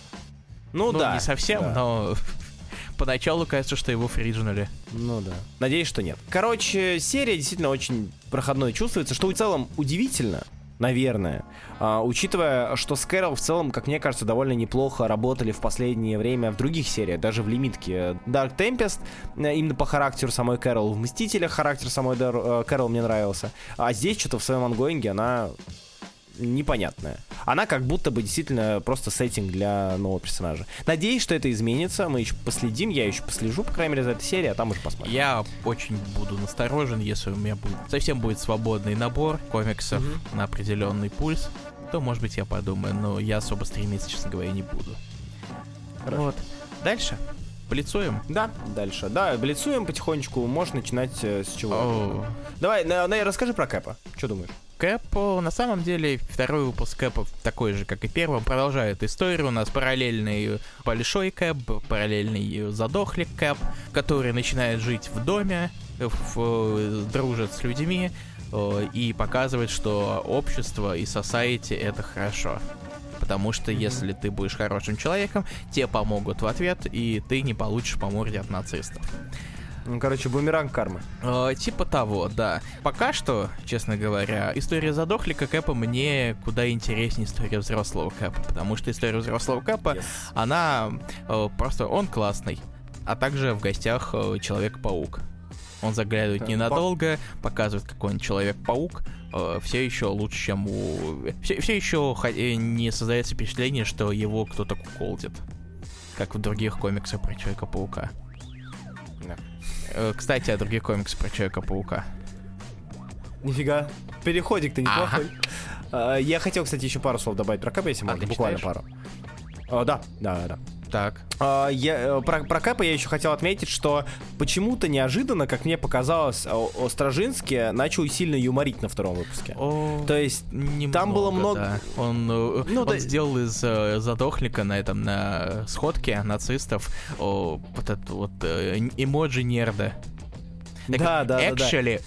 Ну да. Не совсем, да. Но... Поначалу кажется, что его фриджнули. Ну да. Надеюсь, что нет. Короче, серия действительно очень проходной чувствуется, что в целом удивительно, Наверное. Учитывая, что с Кэрол в целом, как мне кажется, довольно неплохо работали в последнее время в других сериях, даже в лимитке. Dark Tempest, именно по характеру самой Кэрол, в Мстителях характер самой Кэрол мне нравился. А здесь что-то в своем ангоинге она непонятная. Она как будто бы действительно просто сеттинг для нового персонажа. Надеюсь, что это изменится, мы еще последим, я еще послежу, по крайней мере, за этой серией, а там уже посмотрим. Я очень буду насторожен, если у меня совсем будет свободный набор комиксов на определенный пульс, то, может быть, я подумаю, но я особо стремиться, честно говоря, не буду. Хорошо. Вот. Дальше. Блицуем? Да, дальше. Да, блицуем потихонечку, можно начинать с чего. Давай, расскажи про Кэпа, что думаешь? Кэп, на самом деле, второй выпуск Кэпа такой же, как и первый, продолжает историю. У нас параллельный большой Кэп, параллельный задохлик Кэп, который начинает жить в доме, дружит с людьми и показывает, что общество и society — это хорошо. Потому что если ты будешь хорошим человеком, тебе помогут в ответ, и ты не получишь по морде от нацистов. Ну, короче, бумеранг кармы. Типа того, да. Пока что, честно говоря, история задохлика Кэпа мне куда интереснее история взрослого Кэпа. Потому что история взрослого Кэпа, она просто... Он классный. А также в гостях Человек-паук. Он заглядывает ненадолго, показывает, какой он Человек-паук. Все еще лучше, чем у... Все еще не создается впечатление, что его кто-то куколдит. Как в других комиксах про Человека-паука. Кстати, о других комиксах про Человека-паука. Нифига. Переходик-то неплохой. Я хотел, кстати, еще пару слов добавить про Кэпа, если можно. Буквально читаешь? пару. Да. Так. Про Кэпа я еще хотел отметить, что почему-то неожиданно, как мне показалось, Стражинский начал сильно юморить на втором выпуске. То есть немного, там было много... Да. Он сделал из задохлика на сходке нацистов вот этот вот эмоджи нерда. Да. Actually,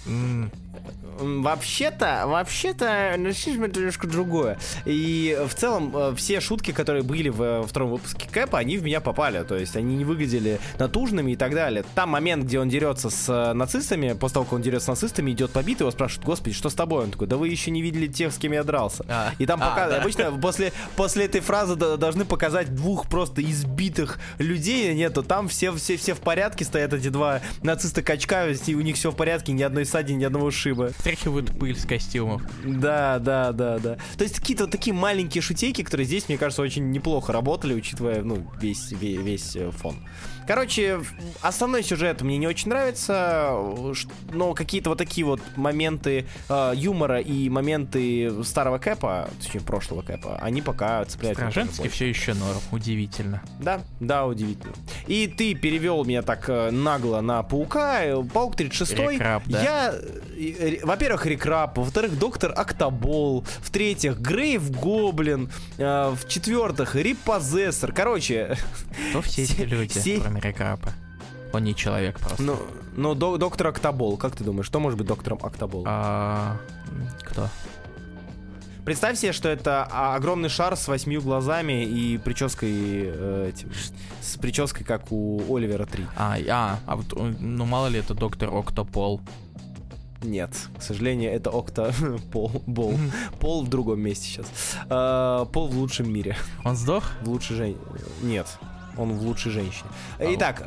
Вообще-то, нацизм — это немножко другое. И в целом все шутки, которые были во втором выпуске Кэпа, они в меня попали. То есть они не выглядели натужными и так далее. Там момент, где он дерется с нацистами, после того, как он дерется с нацистами, идет побитый, его спрашивают: господи, что с тобой? Он такой: да вы еще не видели тех, с кем я дрался. И там обычно после этой фразы должны показать двух просто избитых людей. Нету, там все в порядке стоят, эти два нациста-качка, и у них все в порядке, ни одной ссадины, ни одного шиба. Стряхивают пыль с костюмов. Да. То есть какие-то вот такие маленькие шутейки, которые здесь, мне кажется, очень неплохо работали, учитывая, весь фон. Короче, основной сюжет мне не очень нравится, но какие-то вот такие вот моменты юмора и моменты старого Кэпа, точнее, прошлого Кэпа, они пока цепляют. Стражинский все еще норм, удивительно. Да, удивительно. И ты перевел меня так нагло на Паука, Паук 36-й. Рекраб, да? Во-первых, Рекраб, во-вторых, Доктор Октобол, в-третьих, Грейв Гоблин, в-четвертых, Репозессор. Короче... Кто все эти люди, кроме Рекрапа? Он не человек просто. Ну, Доктор Октобол, как ты думаешь, что может быть Доктором Октобол? Кто? Представь себе, что это огромный шар с 8 глазами и прической с прической, как у Оливера 3. Мало ли, это Доктор Октопол. Нет, к сожалению, это Октопол. Пол в другом месте сейчас. Пол в лучшем мире. Он сдох? В лучшей женщине. Нет. Он в лучшей женщине. Итак,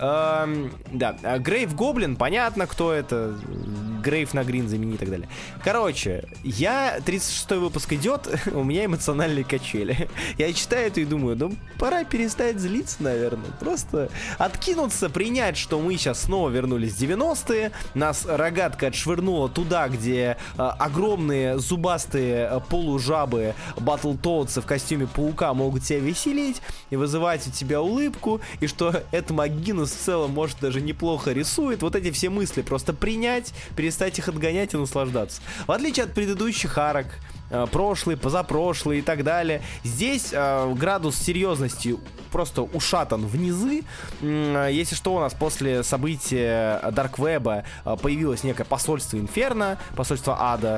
Грейв Гоблин, понятно, кто это. Грейв на грин замени и так далее. Короче, 36-й выпуск идет, у меня эмоциональные качели. Я читаю это и думаю, пора перестать злиться, наверное. Просто откинуться, принять, что мы сейчас снова вернулись в 90-е. Нас рогатка отшвырнула туда, где огромные зубастые полужабы батлтоутсы в костюме паука могут тебя веселить и вызывать у тебя улыбку, и что Эд МакГиннес в целом, может, даже неплохо рисует. Вот эти все мысли просто принять, перестать их отгонять и наслаждаться. В отличие от предыдущих арок, прошлый, позапрошлый и так далее, здесь градус серьезности просто ушатан в низы. Если что, у нас после события Дарквеба появилось некое посольство Инферно, посольство Ада,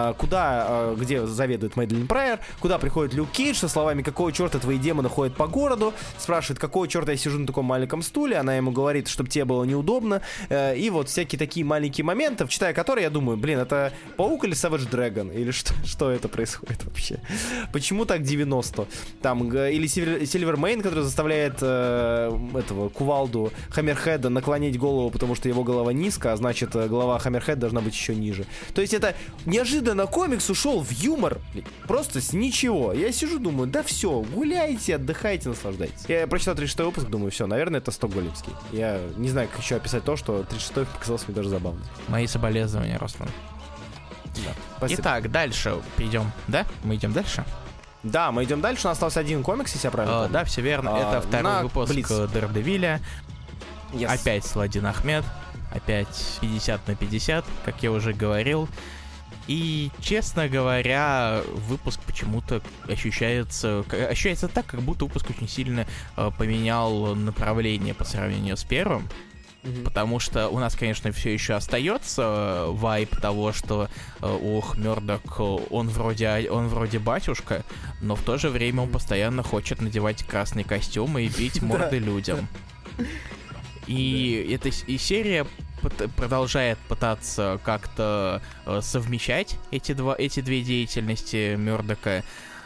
где заведует Мэдалин Прайер, куда приходит Люк Кейдж со словами: какого черта твои демоны ходят по городу, спрашивает, какого черта я сижу на таком маленьком стуле, она ему говорит, чтобы тебе было неудобно, и вот всякие такие маленькие моменты, читая которые, я думаю, это Паук или Savage Dragon, или что это? это происходит вообще? Почему так 90? Там, или Сильвермейн, который заставляет этого кувалду Хаммерхеда наклонить голову, потому что его голова низко, а значит, голова Хаммерхеда должна быть еще ниже. То есть это неожиданно комикс ушел в юмор просто с ничего. Я сижу, думаю, да все, гуляйте, отдыхайте, наслаждайтесь. Я прочитал 36-й выпуск, думаю, все, наверное, это стокгольмский. Я не знаю, как еще описать то, что 36-й показался мне даже забавным. Мои соболезнования, Руслан. Да, итак, дальше перейдем, да? Мы идем дальше? Да, мы идем дальше, у нас остался один комикс, если я правильно помню. Да, все верно, это второй выпуск Дэрдэвиля. Опять Саладин Ахмед, опять 50 на 50, как я уже говорил. И, честно говоря, выпуск почему-то ощущается так, как будто выпуск очень сильно поменял направление по сравнению с первым. Потому что у нас, конечно, все еще остается вайб того, что Мёрдок, он вроде батюшка, но в то же время он постоянно хочет надевать красные костюмы и бить морды людям. И эта серия продолжает пытаться как-то совмещать эти две деятельности Мёрдока,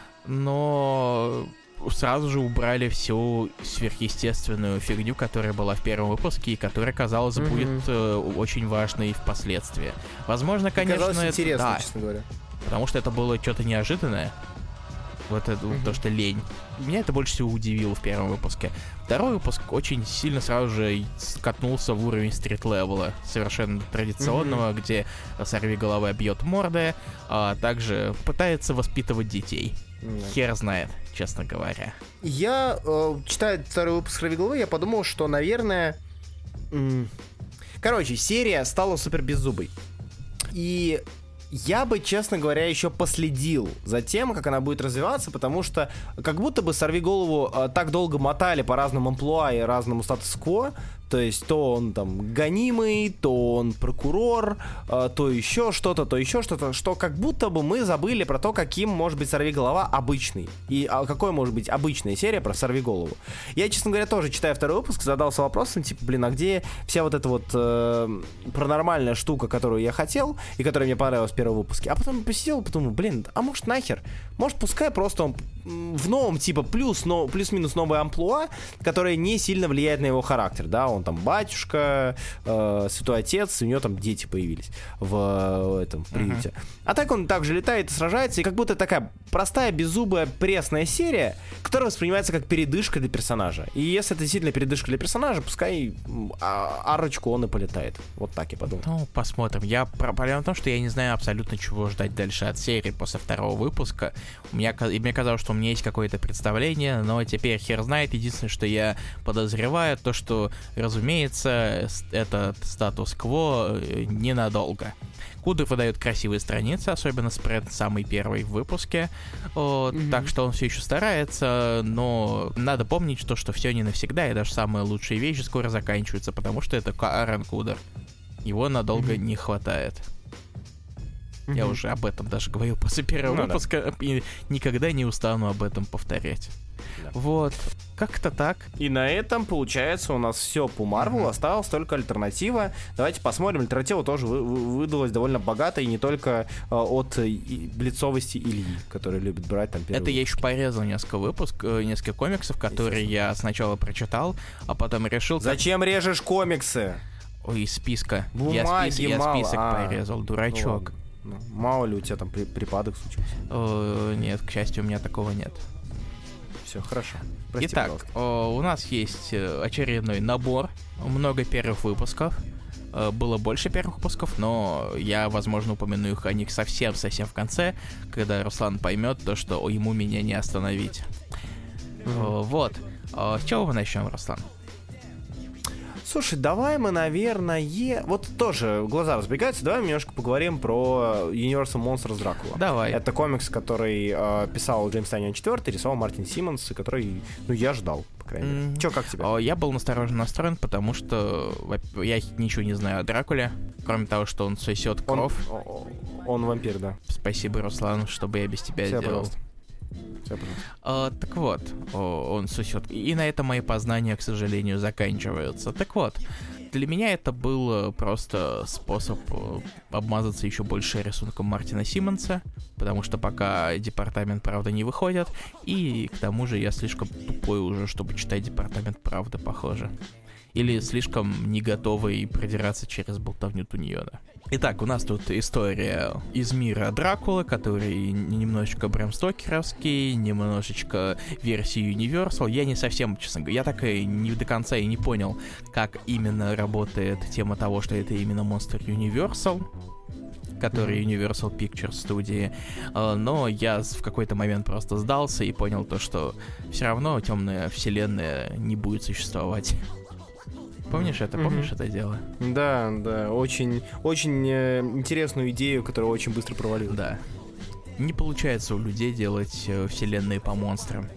но сразу же убрали всю сверхъестественную фигню, которая была в первом выпуске и которая, казалось, будет очень важной впоследствии. Возможно, конечно, это интересно, честно говоря. Потому что это было что-то неожиданное. Вот это то, что лень. Меня это больше всего удивило в первом выпуске. Второй выпуск очень сильно сразу же скатнулся в уровень стрит-левела, совершенно традиционного, где сорвиголова бьет морды, а также пытается воспитывать детей. Хер знает, честно говоря. Я, читая второй выпуск «Сорвиголовы», я подумал, что, наверное... Короче, серия стала супер беззубой. И я бы, честно говоря, еще последил за тем, как она будет развиваться, потому что как будто бы «Сорвиголову» так долго мотали по разным амплуа и разному статус-кво. То есть то он там гонимый, то он прокурор, то еще что-то, что как будто бы мы забыли про то, каким может быть «Сорвиголова» обычный. И какой может быть обычная серия про «Сорвиголову». Я, честно говоря, тоже, читая второй выпуск, задался вопросом, типа, а где вся вот эта вот паранормальная штука, которую я хотел, и которая мне понравилась в первом выпуске. А потом посидел и подумал, а может нахер? Может, пускай просто он в новом, типа, плюс-минус новое амплуа, которое не сильно влияет на его характер, да, он там батюшка, святой отец, у него там дети появились в этом приюте. А так он также летает и сражается, и как будто такая простая, беззубая, пресная серия, которая воспринимается как передышка для персонажа. И если это действительно передышка для персонажа, пускай арочку он и полетает. Вот так я подумал. Ну, посмотрим. Проблема в том, что я не знаю абсолютно, чего ждать дальше от серии после второго выпуска. Мне казалось, что у меня есть какое-то представление, но теперь хер знает. Единственное, что я подозреваю, то, что, разумеется, этот статус-кво ненадолго. Кудр выдает красивые страницы, особенно спред самый первый в выпуске. Так что он все еще старается, но надо помнить, что все не навсегда, и даже самые лучшие вещи скоро заканчиваются, потому что это Аарон Кудр. Его надолго не хватает. Я уже об этом даже говорил после первого выпуска, и никогда не устану об этом повторять. Да. Вот, как-то так. И на этом, получается, у нас все по Марвелу, осталась только альтернатива. Давайте посмотрим, альтернатива тоже выдалась довольно богато, и не только от блицовости Ильи, который любит брать там первый. Это я еще порезал несколько комиксов, которые я сначала прочитал, а потом решил... Зачем режешь комиксы? Ой, из списка. Бумаги я список порезал, дурачок. Ну, мало ли у тебя там припадок случился? Нет, к счастью, у меня такого нет. Все, хорошо. Прости, итак, у нас есть очередной набор, много первых выпусков. Было больше первых выпусков, но я, возможно, упомяну их о них совсем в конце, когда Руслан поймет то, что ему меня не остановить. Вот. С чего мы начнем, Руслан? Слушай, давай мы, наверное... Вот тоже глаза разбегаются. Давай мы немножко поговорим про Universal Monsters Dracula. Давай. Это комикс, который писал Джеймс Тайнион IV, рисовал Мартин Симмонс, и который, я ждал, по крайней мере. Чё, как тебе? Я был настороженно настроен, потому что я ничего не знаю о Дракуле, кроме того, что он сосет кровь. Он вампир, да. Спасибо, Руслан, чтобы я без тебя делал. Пожалуйста. Так вот, он сосет. И на этом мои познания, к сожалению, заканчиваются. Так вот, для меня это был просто способ обмазаться еще больше рисунком Мартина Симмонса, потому что пока Департамент Правды не выходит, и к тому же я слишком тупой уже, чтобы читать Департамент Правды, похоже. Или слишком не готовый продираться через болтовню Туньона. Итак, у нас тут история из мира Дракулы, который немножечко Брэм Стокеровский, немножечко версии Universal. Я не совсем, честно говоря, я так и не до конца и не понял, как именно работает тема того, что это именно монстр Universal, который Universal Pictures студии, но я в какой-то момент просто сдался и понял то, что все равно темная вселенная не будет существовать. Помнишь это? Помнишь это дело? Да, очень интересную идею, которая очень быстро провалилась. Да. Не получается у людей делать вселенные по монстрам.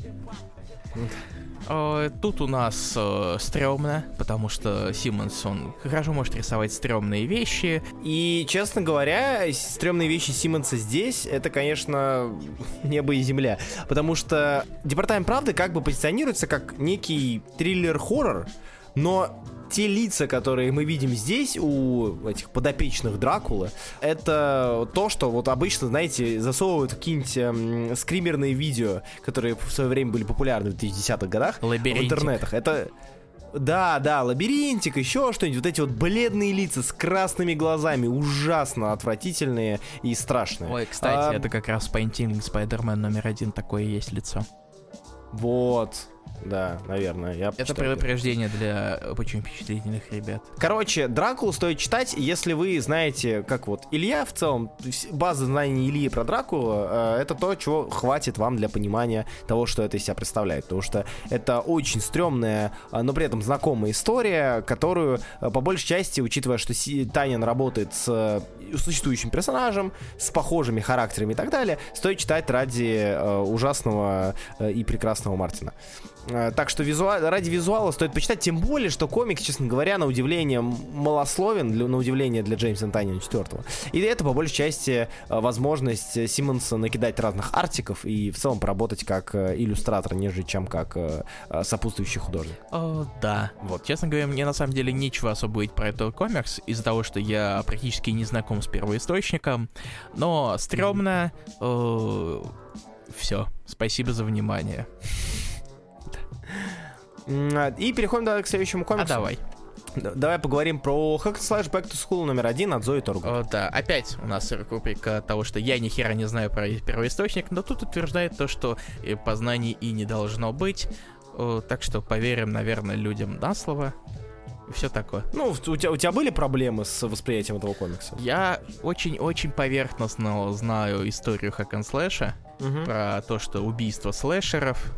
Тут у нас стрёмно, потому что Симмонс, он хорошо может рисовать стрёмные вещи. И, честно говоря, стрёмные вещи Симмонса здесь, это, конечно, небо и земля. Потому что Департамент Правды как бы позиционируется как некий триллер-хоррор, но те лица, которые мы видим здесь у этих подопечных Дракулы, это то, что вот обычно, знаете, засовывают какие-нибудь скримерные видео, которые в свое время были популярны в 2010-х годах в интернетах. Это... Да, лабиринтик, еще что-нибудь. Вот эти вот бледные лица с красными глазами, ужасно отвратительные и страшные. Ой, кстати, это как раз Painting Spider-Man номер 1, такое есть лицо. Вот. Да, наверное. Это предупреждение для очень впечатлительных ребят. Короче, Дракулу стоит читать, если вы знаете, как вот Илья в целом, база знаний Ильи про Дракулу, это то, чего хватит вам для понимания того, что это из себя представляет. Потому что это очень стрёмная, но при этом знакомая история, которую, по большей части, учитывая, что Танин работает с существующим персонажем, с похожими характерами и так далее, стоит читать ради ужасного и прекрасного Мартина. Так что ради визуала стоит почитать, тем более, что комикс, честно говоря, на удивление малословен, на удивление для Джеймса Танина IV. И это, по большей части, возможность Симмонса накидать разных артиков и в целом поработать как иллюстратор, нежели чем как сопутствующий художник. Да. Вот. Честно говоря, мне на самом деле нечего особо говорить про этот комикс, из-за того, что я практически не знаком с первоисточником, но стрёмно. Все. Спасибо за внимание. И переходим к следующему комиксу. Давай. Давай поговорим про Hack and Slash Back to School номер 1 от Зои Торгу. Да, опять у нас рубрика того, что я ни хера не знаю про первоисточник, но тут утверждает то, что познаний и не должно быть. Так что поверим, наверное, людям на слово. И все такое. Ну, у тебя были проблемы с восприятием этого комикса? Я очень-очень поверхностно знаю историю Hack and Slash, про то, что убийство слэшеров,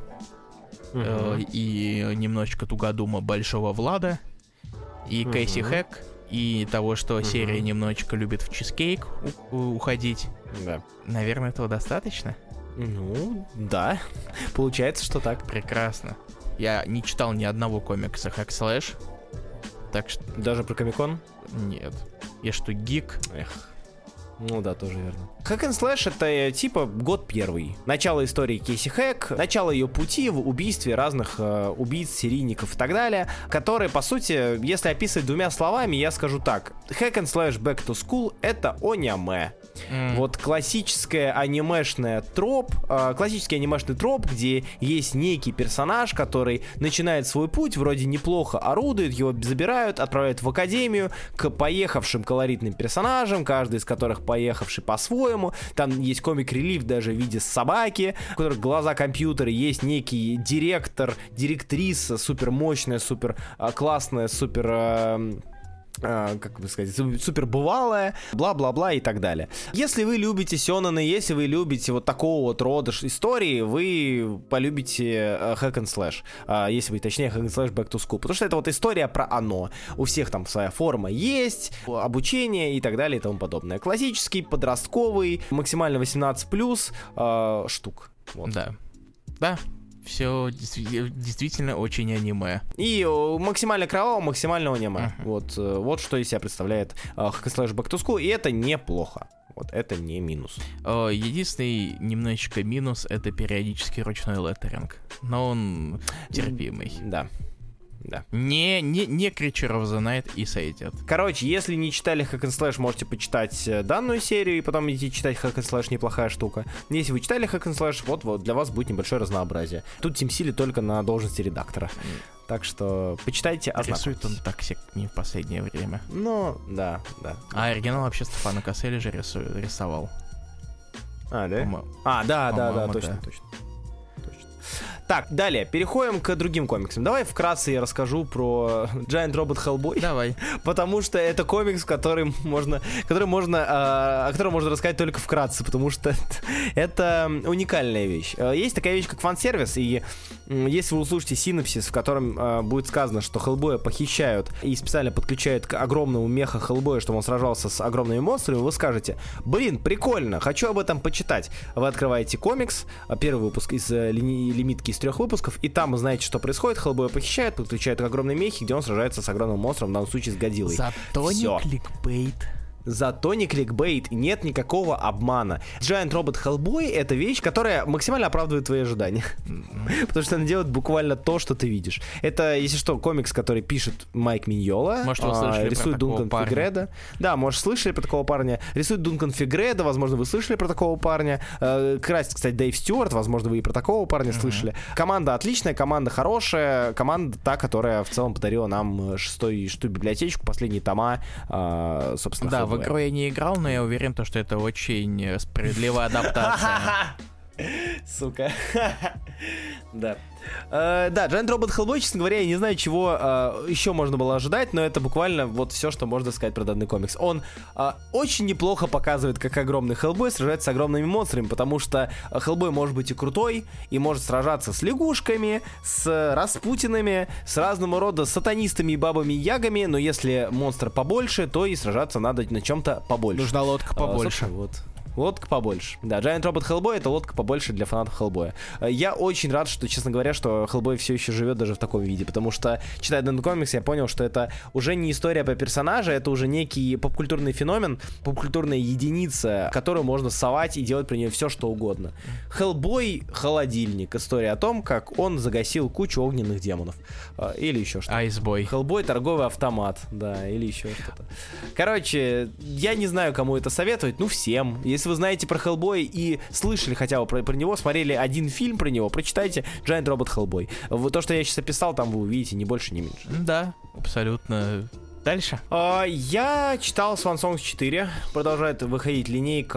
и немножечко тугодума Большого Влада, и Кэсси Хэк, и того, что серия немножечко любит в чизкейк уходить. Да. Наверное, этого достаточно? Ну, да. Получается, что так. Прекрасно. Я не читал ни одного комикса Hack Slash, так что... Даже про Комик-кон? Нет. Я что, гик? Эх. Ну да, тоже верно. Hack and Slash — это типа год первый. Начало истории Кейси Хэк, начало ее пути в убийстве разных убийц, серийников и так далее, которые, по сути, если описывать двумя словами, я скажу так. Hack and Slash Back to School — это аниме. Вот классический анимешный троп, где есть некий персонаж, который начинает свой путь, вроде неплохо орудует, его забирают, отправляют в академию к поехавшим колоритным персонажам, каждый из которых поехавший по-своему. Там есть комик-релив даже в виде собаки, у которых глаза компьютера, есть некий директор, директриса, супер мощная, супер классная, супер... как бы сказать, супер бывалая, бла-бла-бла и так далее. Если вы любите сёнэны, если вы любите вот такого вот рода истории, вы полюбите Hack and Slash. Если быть точнее, Hack and Slash Back to School. Потому что это вот история про оно. У всех там своя форма есть, обучение и так далее и тому подобное. Классический, подростковый, максимально 18+, штук. Вот. Да. Да. Все действительно очень аниме. И максимально кроваво, максимально аниме. Вот что из себя представляет Hack and Slash Back to School, и это неплохо. Вот это не минус. Единственный немножечко минус — это периодически ручной леттеринг. Но он терпимый. Да. Да. Не Creature of the Night и сойдет. Короче, если не читали Hack and Slash, можете почитать данную серию и потом идти читать Hack and Slash, неплохая штука. Если вы читали Hack and Slash, вот для вас будет небольшое разнообразие. Тут Тим Сили только на должности редактора. Так что почитайте, ознакомьтесь. Рисует он так не в последнее время. Ну, да. А оригинал вообще Стефано Касселли же рисовал. А, да? Да, точно. Так, далее, переходим к другим комиксам. Давай вкратце я расскажу про Giant Robot Hellboy. Давай. Потому что это комикс, о котором можно рассказать только вкратце, потому что это уникальная вещь. Есть такая вещь, как фан-сервис, и если вы услышите синопсис, в котором будет сказано, что Хеллбоя похищают и специально подключают к огромному меха Хеллбоя, чтобы он сражался с огромными монстрами, вы скажете: блин, прикольно, хочу об этом почитать. Вы открываете комикс, первый выпуск из лимитки из 3 выпусков, и там вы знаете, что происходит. Хеллбоя похищают, подключают к огромной мехе, где он сражается с огромным монстром, в данном случае с Годзиллой. Зато не кликбейт. Зато не кликбейт, нет никакого обмана. Giant Robot Hellboy — это вещь, которая максимально оправдывает твои ожидания. Потому что она делает буквально то, что ты видишь. Это, если что, комикс, который пишет Майк Миньола. Может, вы слышали рисует про Дункан такого Фигреда. Да, может, слышали про такого парня. Рисует Дункан Фигреда, возможно, вы слышали про такого парня. Красит, кстати, Дэйв Стюарт, возможно, вы и про такого парня слышали. Команда отличная, команда хорошая, команда та, которая в целом подарила нам шестую библиотечку, последние тома, собственно, да, в игру я не играл, но я уверен, что это очень справедливая адаптация. Сука. Да. Да, Giant Robot Hellboy, честно говоря, я не знаю, чего еще можно было ожидать, но это буквально вот все, что можно сказать про данный комикс. Он очень неплохо показывает, как огромный Хеллбой сражается с огромными монстрами, потому что Хеллбой может быть и крутой, и может сражаться с лягушками, с распутинами, с разного рода сатанистами и бабами-ягами, но если монстр побольше, то и сражаться надо на чем-то побольше. Нужна лодка побольше. Вот. Лодка побольше. Да, Giant Robot Hellboy — это лодка побольше для фанатов Хеллбоя. Я очень рад, что, честно говоря, что Хеллбой все еще живет даже в таком виде, потому что, читая данный комикс, я понял, что это уже не история про персонажа, это уже некий попкультурный феномен, попкультурная единица, которую можно совать и делать про нее все, что угодно. Хеллбой — холодильник. История о том, как он загасил кучу огненных демонов. Или еще что-то. Айсбой. Хеллбой — торговый автомат. Да, или еще что-то. Короче, я не знаю, кому это советовать. Ну, всем. Если вы знаете про Хеллбой и слышали хотя бы про него, смотрели один фильм про него, прочитайте Giant Robot Hellboy. То, что я сейчас описал, там вы увидите ни больше, ни меньше. Да, абсолютно. Дальше. Я читал Swan Songs 4. Продолжает выходить линейка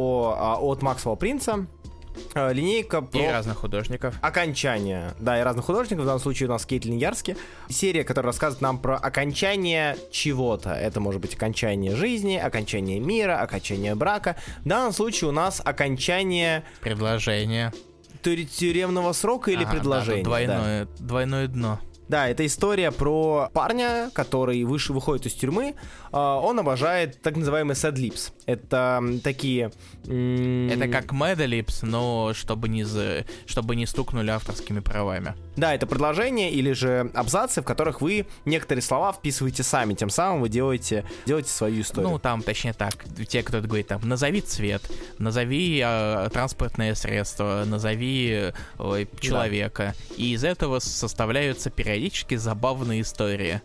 от Максвелла Принца. Линейка про... И разных художников. Окончание. Да, и разных художников. В данном случае у нас Кейтлин Ярски. Серия, которая рассказывает нам про окончание чего-то. Это может быть окончание жизни, окончание мира, окончание брака. В данном случае у нас окончание... Предложение. Тюремного срока или предложения. Да, двойное дно. Да, это история про парня, который выходит из тюрьмы. Он обожает так называемые sad lips. Это такие... Это как Mad Lips, но чтобы не стукнули авторскими правами. Да, это предложения или же абзацы, в которых вы некоторые слова вписываете сами. Тем самым вы делаете свою историю. Ну, там, точнее так, те, кто говорит, там, назови цвет, назови транспортное средство, назови человека. Да. И из этого составляются периодически забавные истории.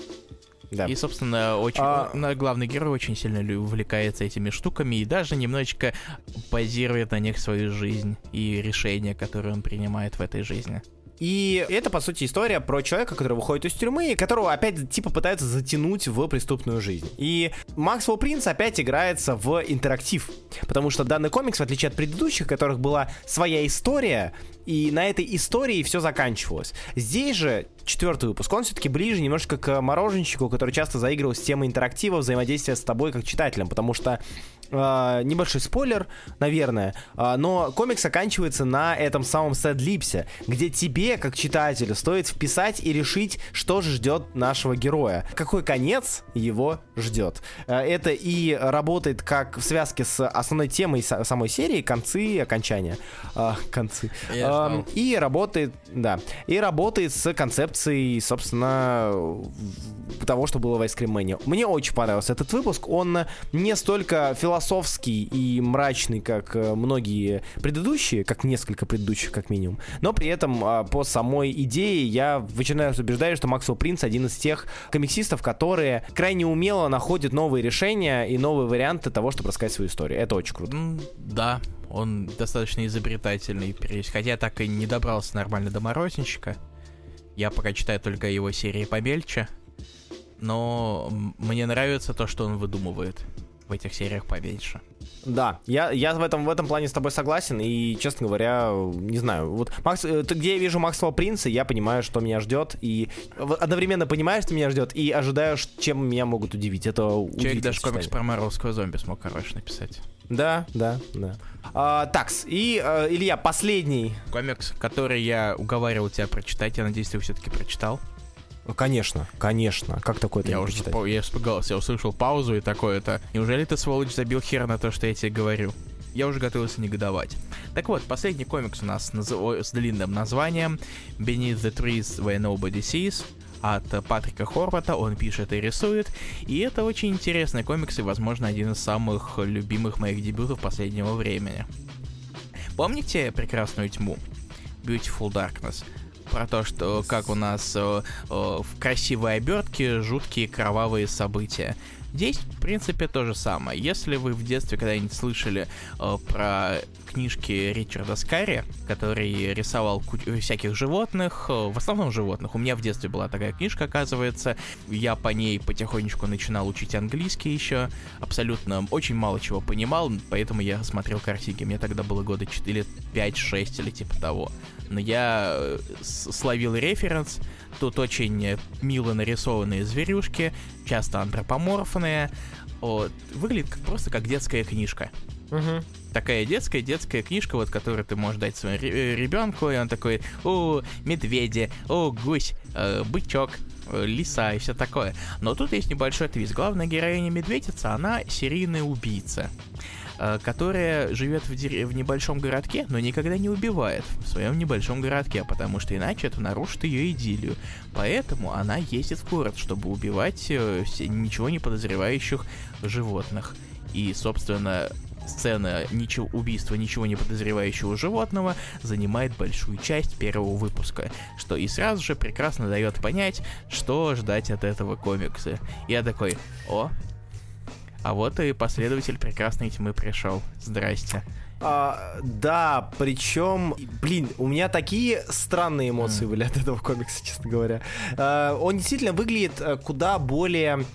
Да. И, собственно, главный герой очень сильно увлекается этими штуками и даже немножечко базирует на них свою жизнь и решения, которые он принимает в этой жизни. И это, по сути, история про человека, который выходит из тюрьмы и которого опять, типа, пытаются затянуть в преступную жизнь. И Максвелл Принц опять играется в интерактив, потому что данный комикс, в отличие от предыдущих, в которых была своя история, и на этой истории все заканчивалось. Здесь же 4-й выпуск, он все-таки ближе немножко к мороженщику, который часто заигрывал с темой интерактива, взаимодействия с тобой как читателем, потому что небольшой спойлер, наверное, но комикс оканчивается на этом самом сэд-липсе, где тебе, как читателю, стоит вписать и решить, что же ждет нашего героя, какой конец его ждет. Это и работает как в связке с основной темой самой серии, концы, окончания. Концы. И работает с концептом концепцией, собственно, того, что было в Ice Cream Mania. Мне очень понравился этот выпуск. Он не столько философский и мрачный, как многие предыдущие, как несколько предыдущих, как минимум. Но при этом по самой идее я в очередной раз убеждаюсь, что Максвелл Принц один из тех комиксистов, которые крайне умело находят новые решения и новые варианты того, чтобы рассказать свою историю. Это очень круто. Да, он достаточно изобретательный. Хотя я так и не добрался нормально до Морозничка. Я пока читаю только его серии помельче. Но мне нравится то, что он выдумывает в этих сериях поменьше. Да, я в этом плане с тобой согласен, и, честно говоря, не знаю, вот где я вижу Максвелла Принца, я понимаю, что меня ждет, и одновременно понимаю, что меня ждет, и ожидаю, чем меня могут удивить. Это человек даже комикс про марвелского зомби смог, короче, написать. Да. Такс, и, Илья, последний комикс, который я уговаривал тебя прочитать, я надеюсь, ты его все-таки прочитал. Конечно. Как такое-то я уже я испугался, я услышал паузу и такое-то. Неужели ты, сволочь, забил хер на то, что я тебе говорю? Я уже готовился негодовать. Так вот, последний комикс у нас с длинным названием Beneath the Trees Where Nobody Sees от Патрика Хорвата. Он пишет и рисует. И это очень интересный комикс и, возможно, один из самых любимых моих дебютов последнего времени. Помните «Прекрасную тьму»? Beautiful Darkness. Про то, что как у нас в красивой обертке жуткие кровавые события. Здесь, в принципе, то же самое. Если вы в детстве когда-нибудь слышали про книжки Ричарда Скарри, который рисовал всяких животных, в основном животных. У меня в детстве была такая книжка, оказывается. Я по ней потихонечку начинал учить английский еще. Абсолютно очень мало чего понимал, поэтому я смотрел картинки. Мне тогда было года 4, 5-6 или типа того. Но я словил референс. Тут очень мило нарисованные зверюшки, часто антропоморфные. Выглядит просто как детская книжка. Угу. Такая детская книжка, вот, которую ты можешь дать своему ребенку, и он такой: о, медведи, о, гусь, бычок, лиса и все такое. Но тут есть небольшой твист. Главная героиня медведица, она серийная убийца, которая живет в небольшом городке, но никогда не убивает в своем небольшом городке, потому что иначе это нарушит ее идиллию. Поэтому она ездит в город, чтобы убивать ничего не подозревающих животных. И, собственно, сцена убийства ничего не подозревающего животного занимает большую часть первого выпуска, что и сразу же прекрасно дает понять, что ждать от этого комикса. Я такой: а вот и последователь Прекрасной Тьмы пришел. Здрасте. Да, причем, у меня такие странные эмоции были от этого комикса, честно говоря. Он действительно выглядит куда более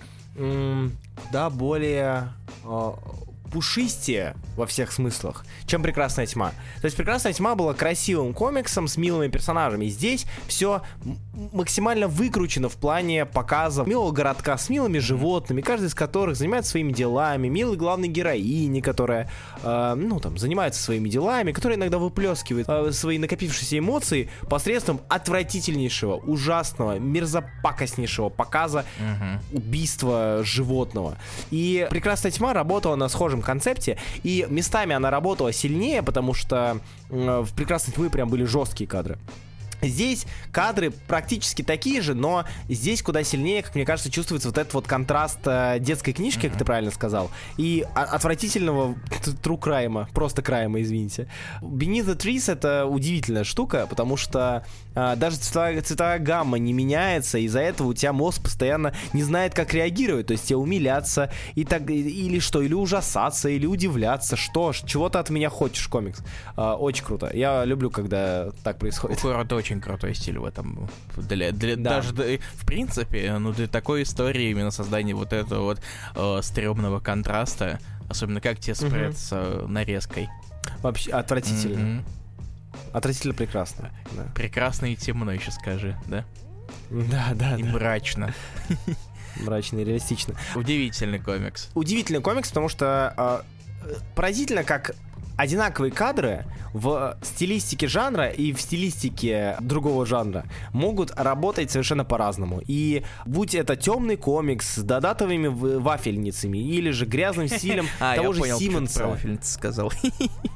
пушистее во всех смыслах, чем «Прекрасная тьма». То есть «Прекрасная тьма» была красивым комиксом с милыми персонажами. Здесь все максимально выкручено в плане показа милого городка с милыми животными, каждый из которых занимается своими делами, милой главной героини, которая, занимается своими делами, которая иногда выплескивает свои накопившиеся эмоции посредством отвратительнейшего, ужасного, мерзопакостнейшего показа убийства животного. И «Прекрасная тьма» работала на схожем концепте, и местами она работала сильнее, потому что в «Прекрасной тьме» прям были жесткие кадры. Здесь кадры практически такие же, но здесь куда сильнее, как мне кажется, чувствуется вот этот вот контраст детской книжки, как ты правильно сказал, и отвратительного true crime, просто крайма, извините. Beneath the Trees — это удивительная штука, потому что даже цветовая гамма не меняется, из-за этого у тебя мозг постоянно не знает, как реагировать, то есть тебе умиляться, или ужасаться, или удивляться, чего ты от меня хочешь, комикс. Очень круто. Я люблю, когда так происходит. Очень крутой стиль в этом. Даже в принципе, для такой истории именно создание вот этого вот стрёмного контраста, особенно как тебе справиться с нарезкой. Вообще отвратительно. Отвратительно прекрасно. Да. Прекрасно и темно еще скажи, да? Да. И мрачно. Мрачно и реалистично. Удивительный комикс. Удивительный комикс, потому что поразительно, как одинаковые кадры в стилистике жанра и в стилистике другого жанра могут работать совершенно по-разному. И будь это темный комикс с додатовыми вафельницами или же грязным стилем того же Симмонса. Про вафельницы сказал.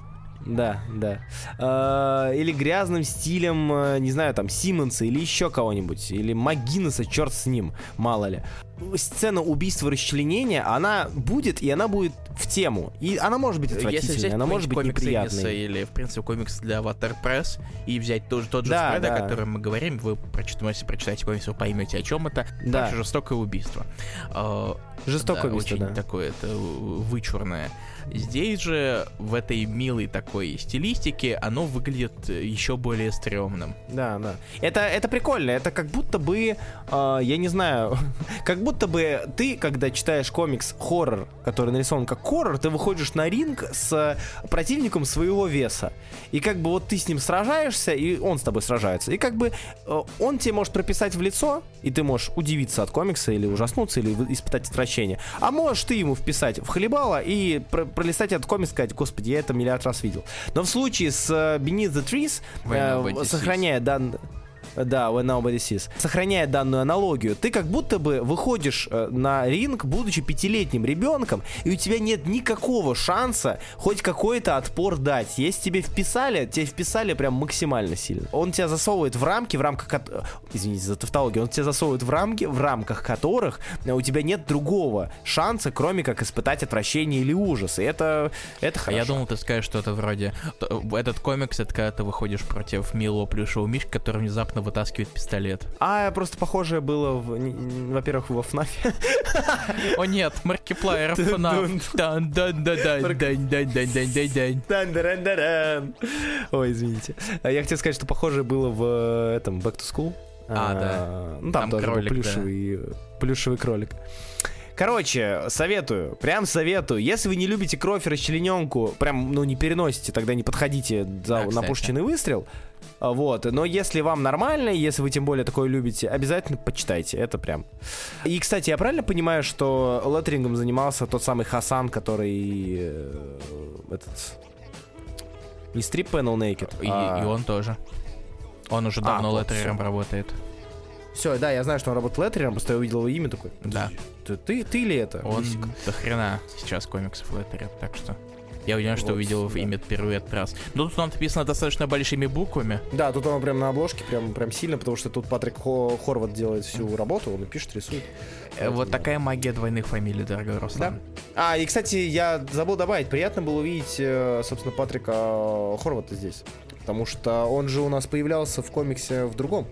Да. Или грязным стилем, не знаю, там, Симмонса или еще кого-нибудь. Или МакГиннесса, черт с ним, мало ли. Сцена убийства, расчленения, она будет, и она будет в тему. И она может быть отвратительной, она может быть неприятной. Или, в принципе, комикс для Avatar Press, и взять тот же спред, о котором мы говорим, вы если прочитаете комикс, вы поймете, о чем это. Да. Жестокое убийство. Жестокое убийство, очень такое, это вычурное. Здесь же, в этой милой такой стилистике, оно выглядит еще более стрёмным. Да. Это прикольно, это как будто бы, я не знаю, как будто бы ты, когда читаешь комикс-хоррор, который нарисован как хоррор, ты выходишь на ринг с противником своего веса. И как бы вот ты с ним сражаешься, и он с тобой сражается. И как бы он тебе может прописать в лицо, и ты можешь удивиться от комикса, или ужаснуться, или испытать отвращение. А можешь ты ему вписать в хлебало и пролистать этот комикс и сказать: господи, я это миллиард раз видел. Но в случае с Beneath the Trees, сохраняя данные... Да, When Nobody Sees. Сохраняя данную аналогию, ты как будто бы выходишь на ринг, будучи 5-летним ребенком, и у тебя нет никакого шанса хоть какой-то отпор дать. Если тебе вписали прям максимально сильно. Он тебя засовывает в рамки, извините за тавтологию, он тебя засовывает в рамки, в рамках которых у тебя нет другого шанса, кроме как испытать отвращение или ужас. И это хорошо. Я думал, ты скажешь, что это вроде... Этот комикс, это когда ты выходишь против милого плюшевого мишки, который внезапно вытаскивает пистолет. Просто похожее было, во-первых, во FNAF. О нет, Маркиплеер FNAF. Ой, извините. Я хотел сказать, что похожее было в этом Back to School. Да. Ну там тоже был плюшевый кролик. Короче, прям советую. Если вы не любите кровь и расчлененку, прям, не переносите, тогда не подходите на пушечный выстрел. Вот, но если вам нормально, если вы тем более такое любите, обязательно почитайте, это прям. И, кстати, я правильно понимаю, что леттерингом занимался тот самый Хасан, который не Strip Panel Naked, и он тоже. Он уже давно леттерером работает. Все, да, я знаю, что он работает леттерером, просто я увидел его имя такой. Да. Ты ли это? Он до хрена сейчас комиксов леттерер, так что... Я уверен, что увидел имя впервые этот раз. Но тут написано достаточно большими буквами. Да, тут оно прям на обложке, прям сильно, потому что тут Патрик Хорват делает всю работу, он и пишет, рисует. Вот такая магия двойных фамилий, дорогой Руслан. Да. И, кстати, я забыл добавить, приятно было увидеть, собственно, Патрика Хорвата здесь. Потому что он же у нас появлялся в комиксе в другом.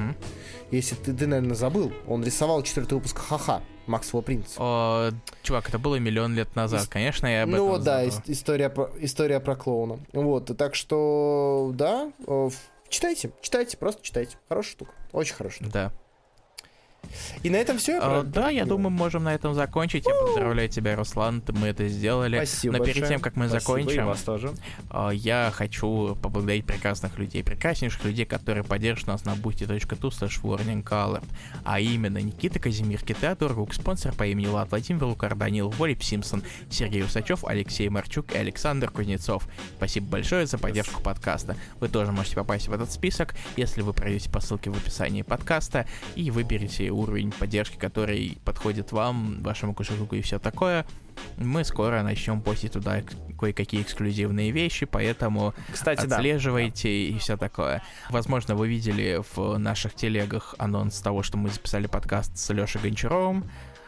Если ты, наверное, забыл, он рисовал 4-й выпуск «Ха-ха», Максвелл Принц. Чувак, это было миллион лет назад, конечно, я об этом забыл. История про клоуна. Вот, так что, да, читайте, просто читайте. Хорошая штука, очень хорошая штука. Да. И на этом все. Да, я думаю, мы можем на этом закончить. Я поздравляю тебя, Руслан, мы это сделали. Спасибо. Но перед тем, как мы закончим, и вас тоже. Я хочу поблагодарить прекраснейших людей, которые поддержат нас на boosty.tu/warningcolor. А именно Никита Казимир, Китеатор, спонсор по имени Влад Владимир Лукар, Данил Волип Симпсон, Сергей Усачев, Алексей Марчук и Александр Кузнецов. Спасибо большое за поддержку подкаста. Вы тоже можете попасть в этот список, если вы пройдете по ссылке в описании подкаста и выберете уровень поддержки, который подходит вам, вашему кошельку и все такое. Мы скоро начнем постить туда кое-какие эксклюзивные вещи, поэтому отслеживайте и все такое. Возможно, вы видели в наших телегах анонс того, что мы записали подкаст с Лешей Гончаровым.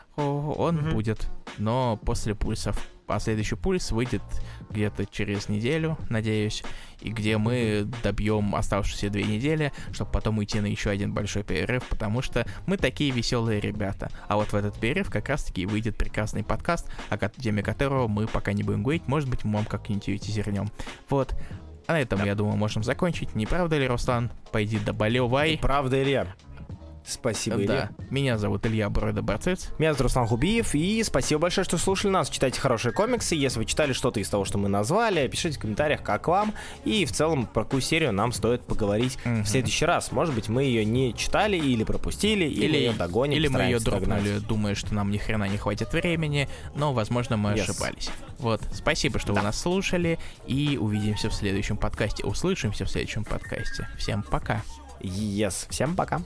Он будет, но после пульсов. А следующий пульс выйдет где-то через неделю, надеюсь, и где мы добьем оставшиеся 2 недели, чтобы потом уйти на еще один большой перерыв, потому что мы такие веселые ребята. А вот в этот перерыв как раз-таки выйдет прекрасный подкаст, о теме которого мы пока не будем говорить, может быть, мы вам как-нибудь ее тизернем. Вот. А на этом, я думаю, можем закончить. Не правда ли, Руслан? Пойди доболевай. Правда, Илья. Спасибо, Илья. Да. Меня зовут Илья Бородо-Борцец. Меня зовут Руслан Хубиев. И спасибо большое, что слушали нас. Читайте хорошие комиксы. Если вы читали что-то из того, что мы назвали, пишите в комментариях, как вам. И в целом про какую серию нам стоит поговорить в следующий раз. Может быть, мы ее не читали или пропустили, или ее догоним. Или мы ее дропнули, думая, что нам ни хрена не хватит времени. Но, возможно, мы ошибались. Вот. Спасибо, что вы нас слушали. И увидимся в следующем подкасте. Услышимся в следующем подкасте. Всем пока. Всем пока.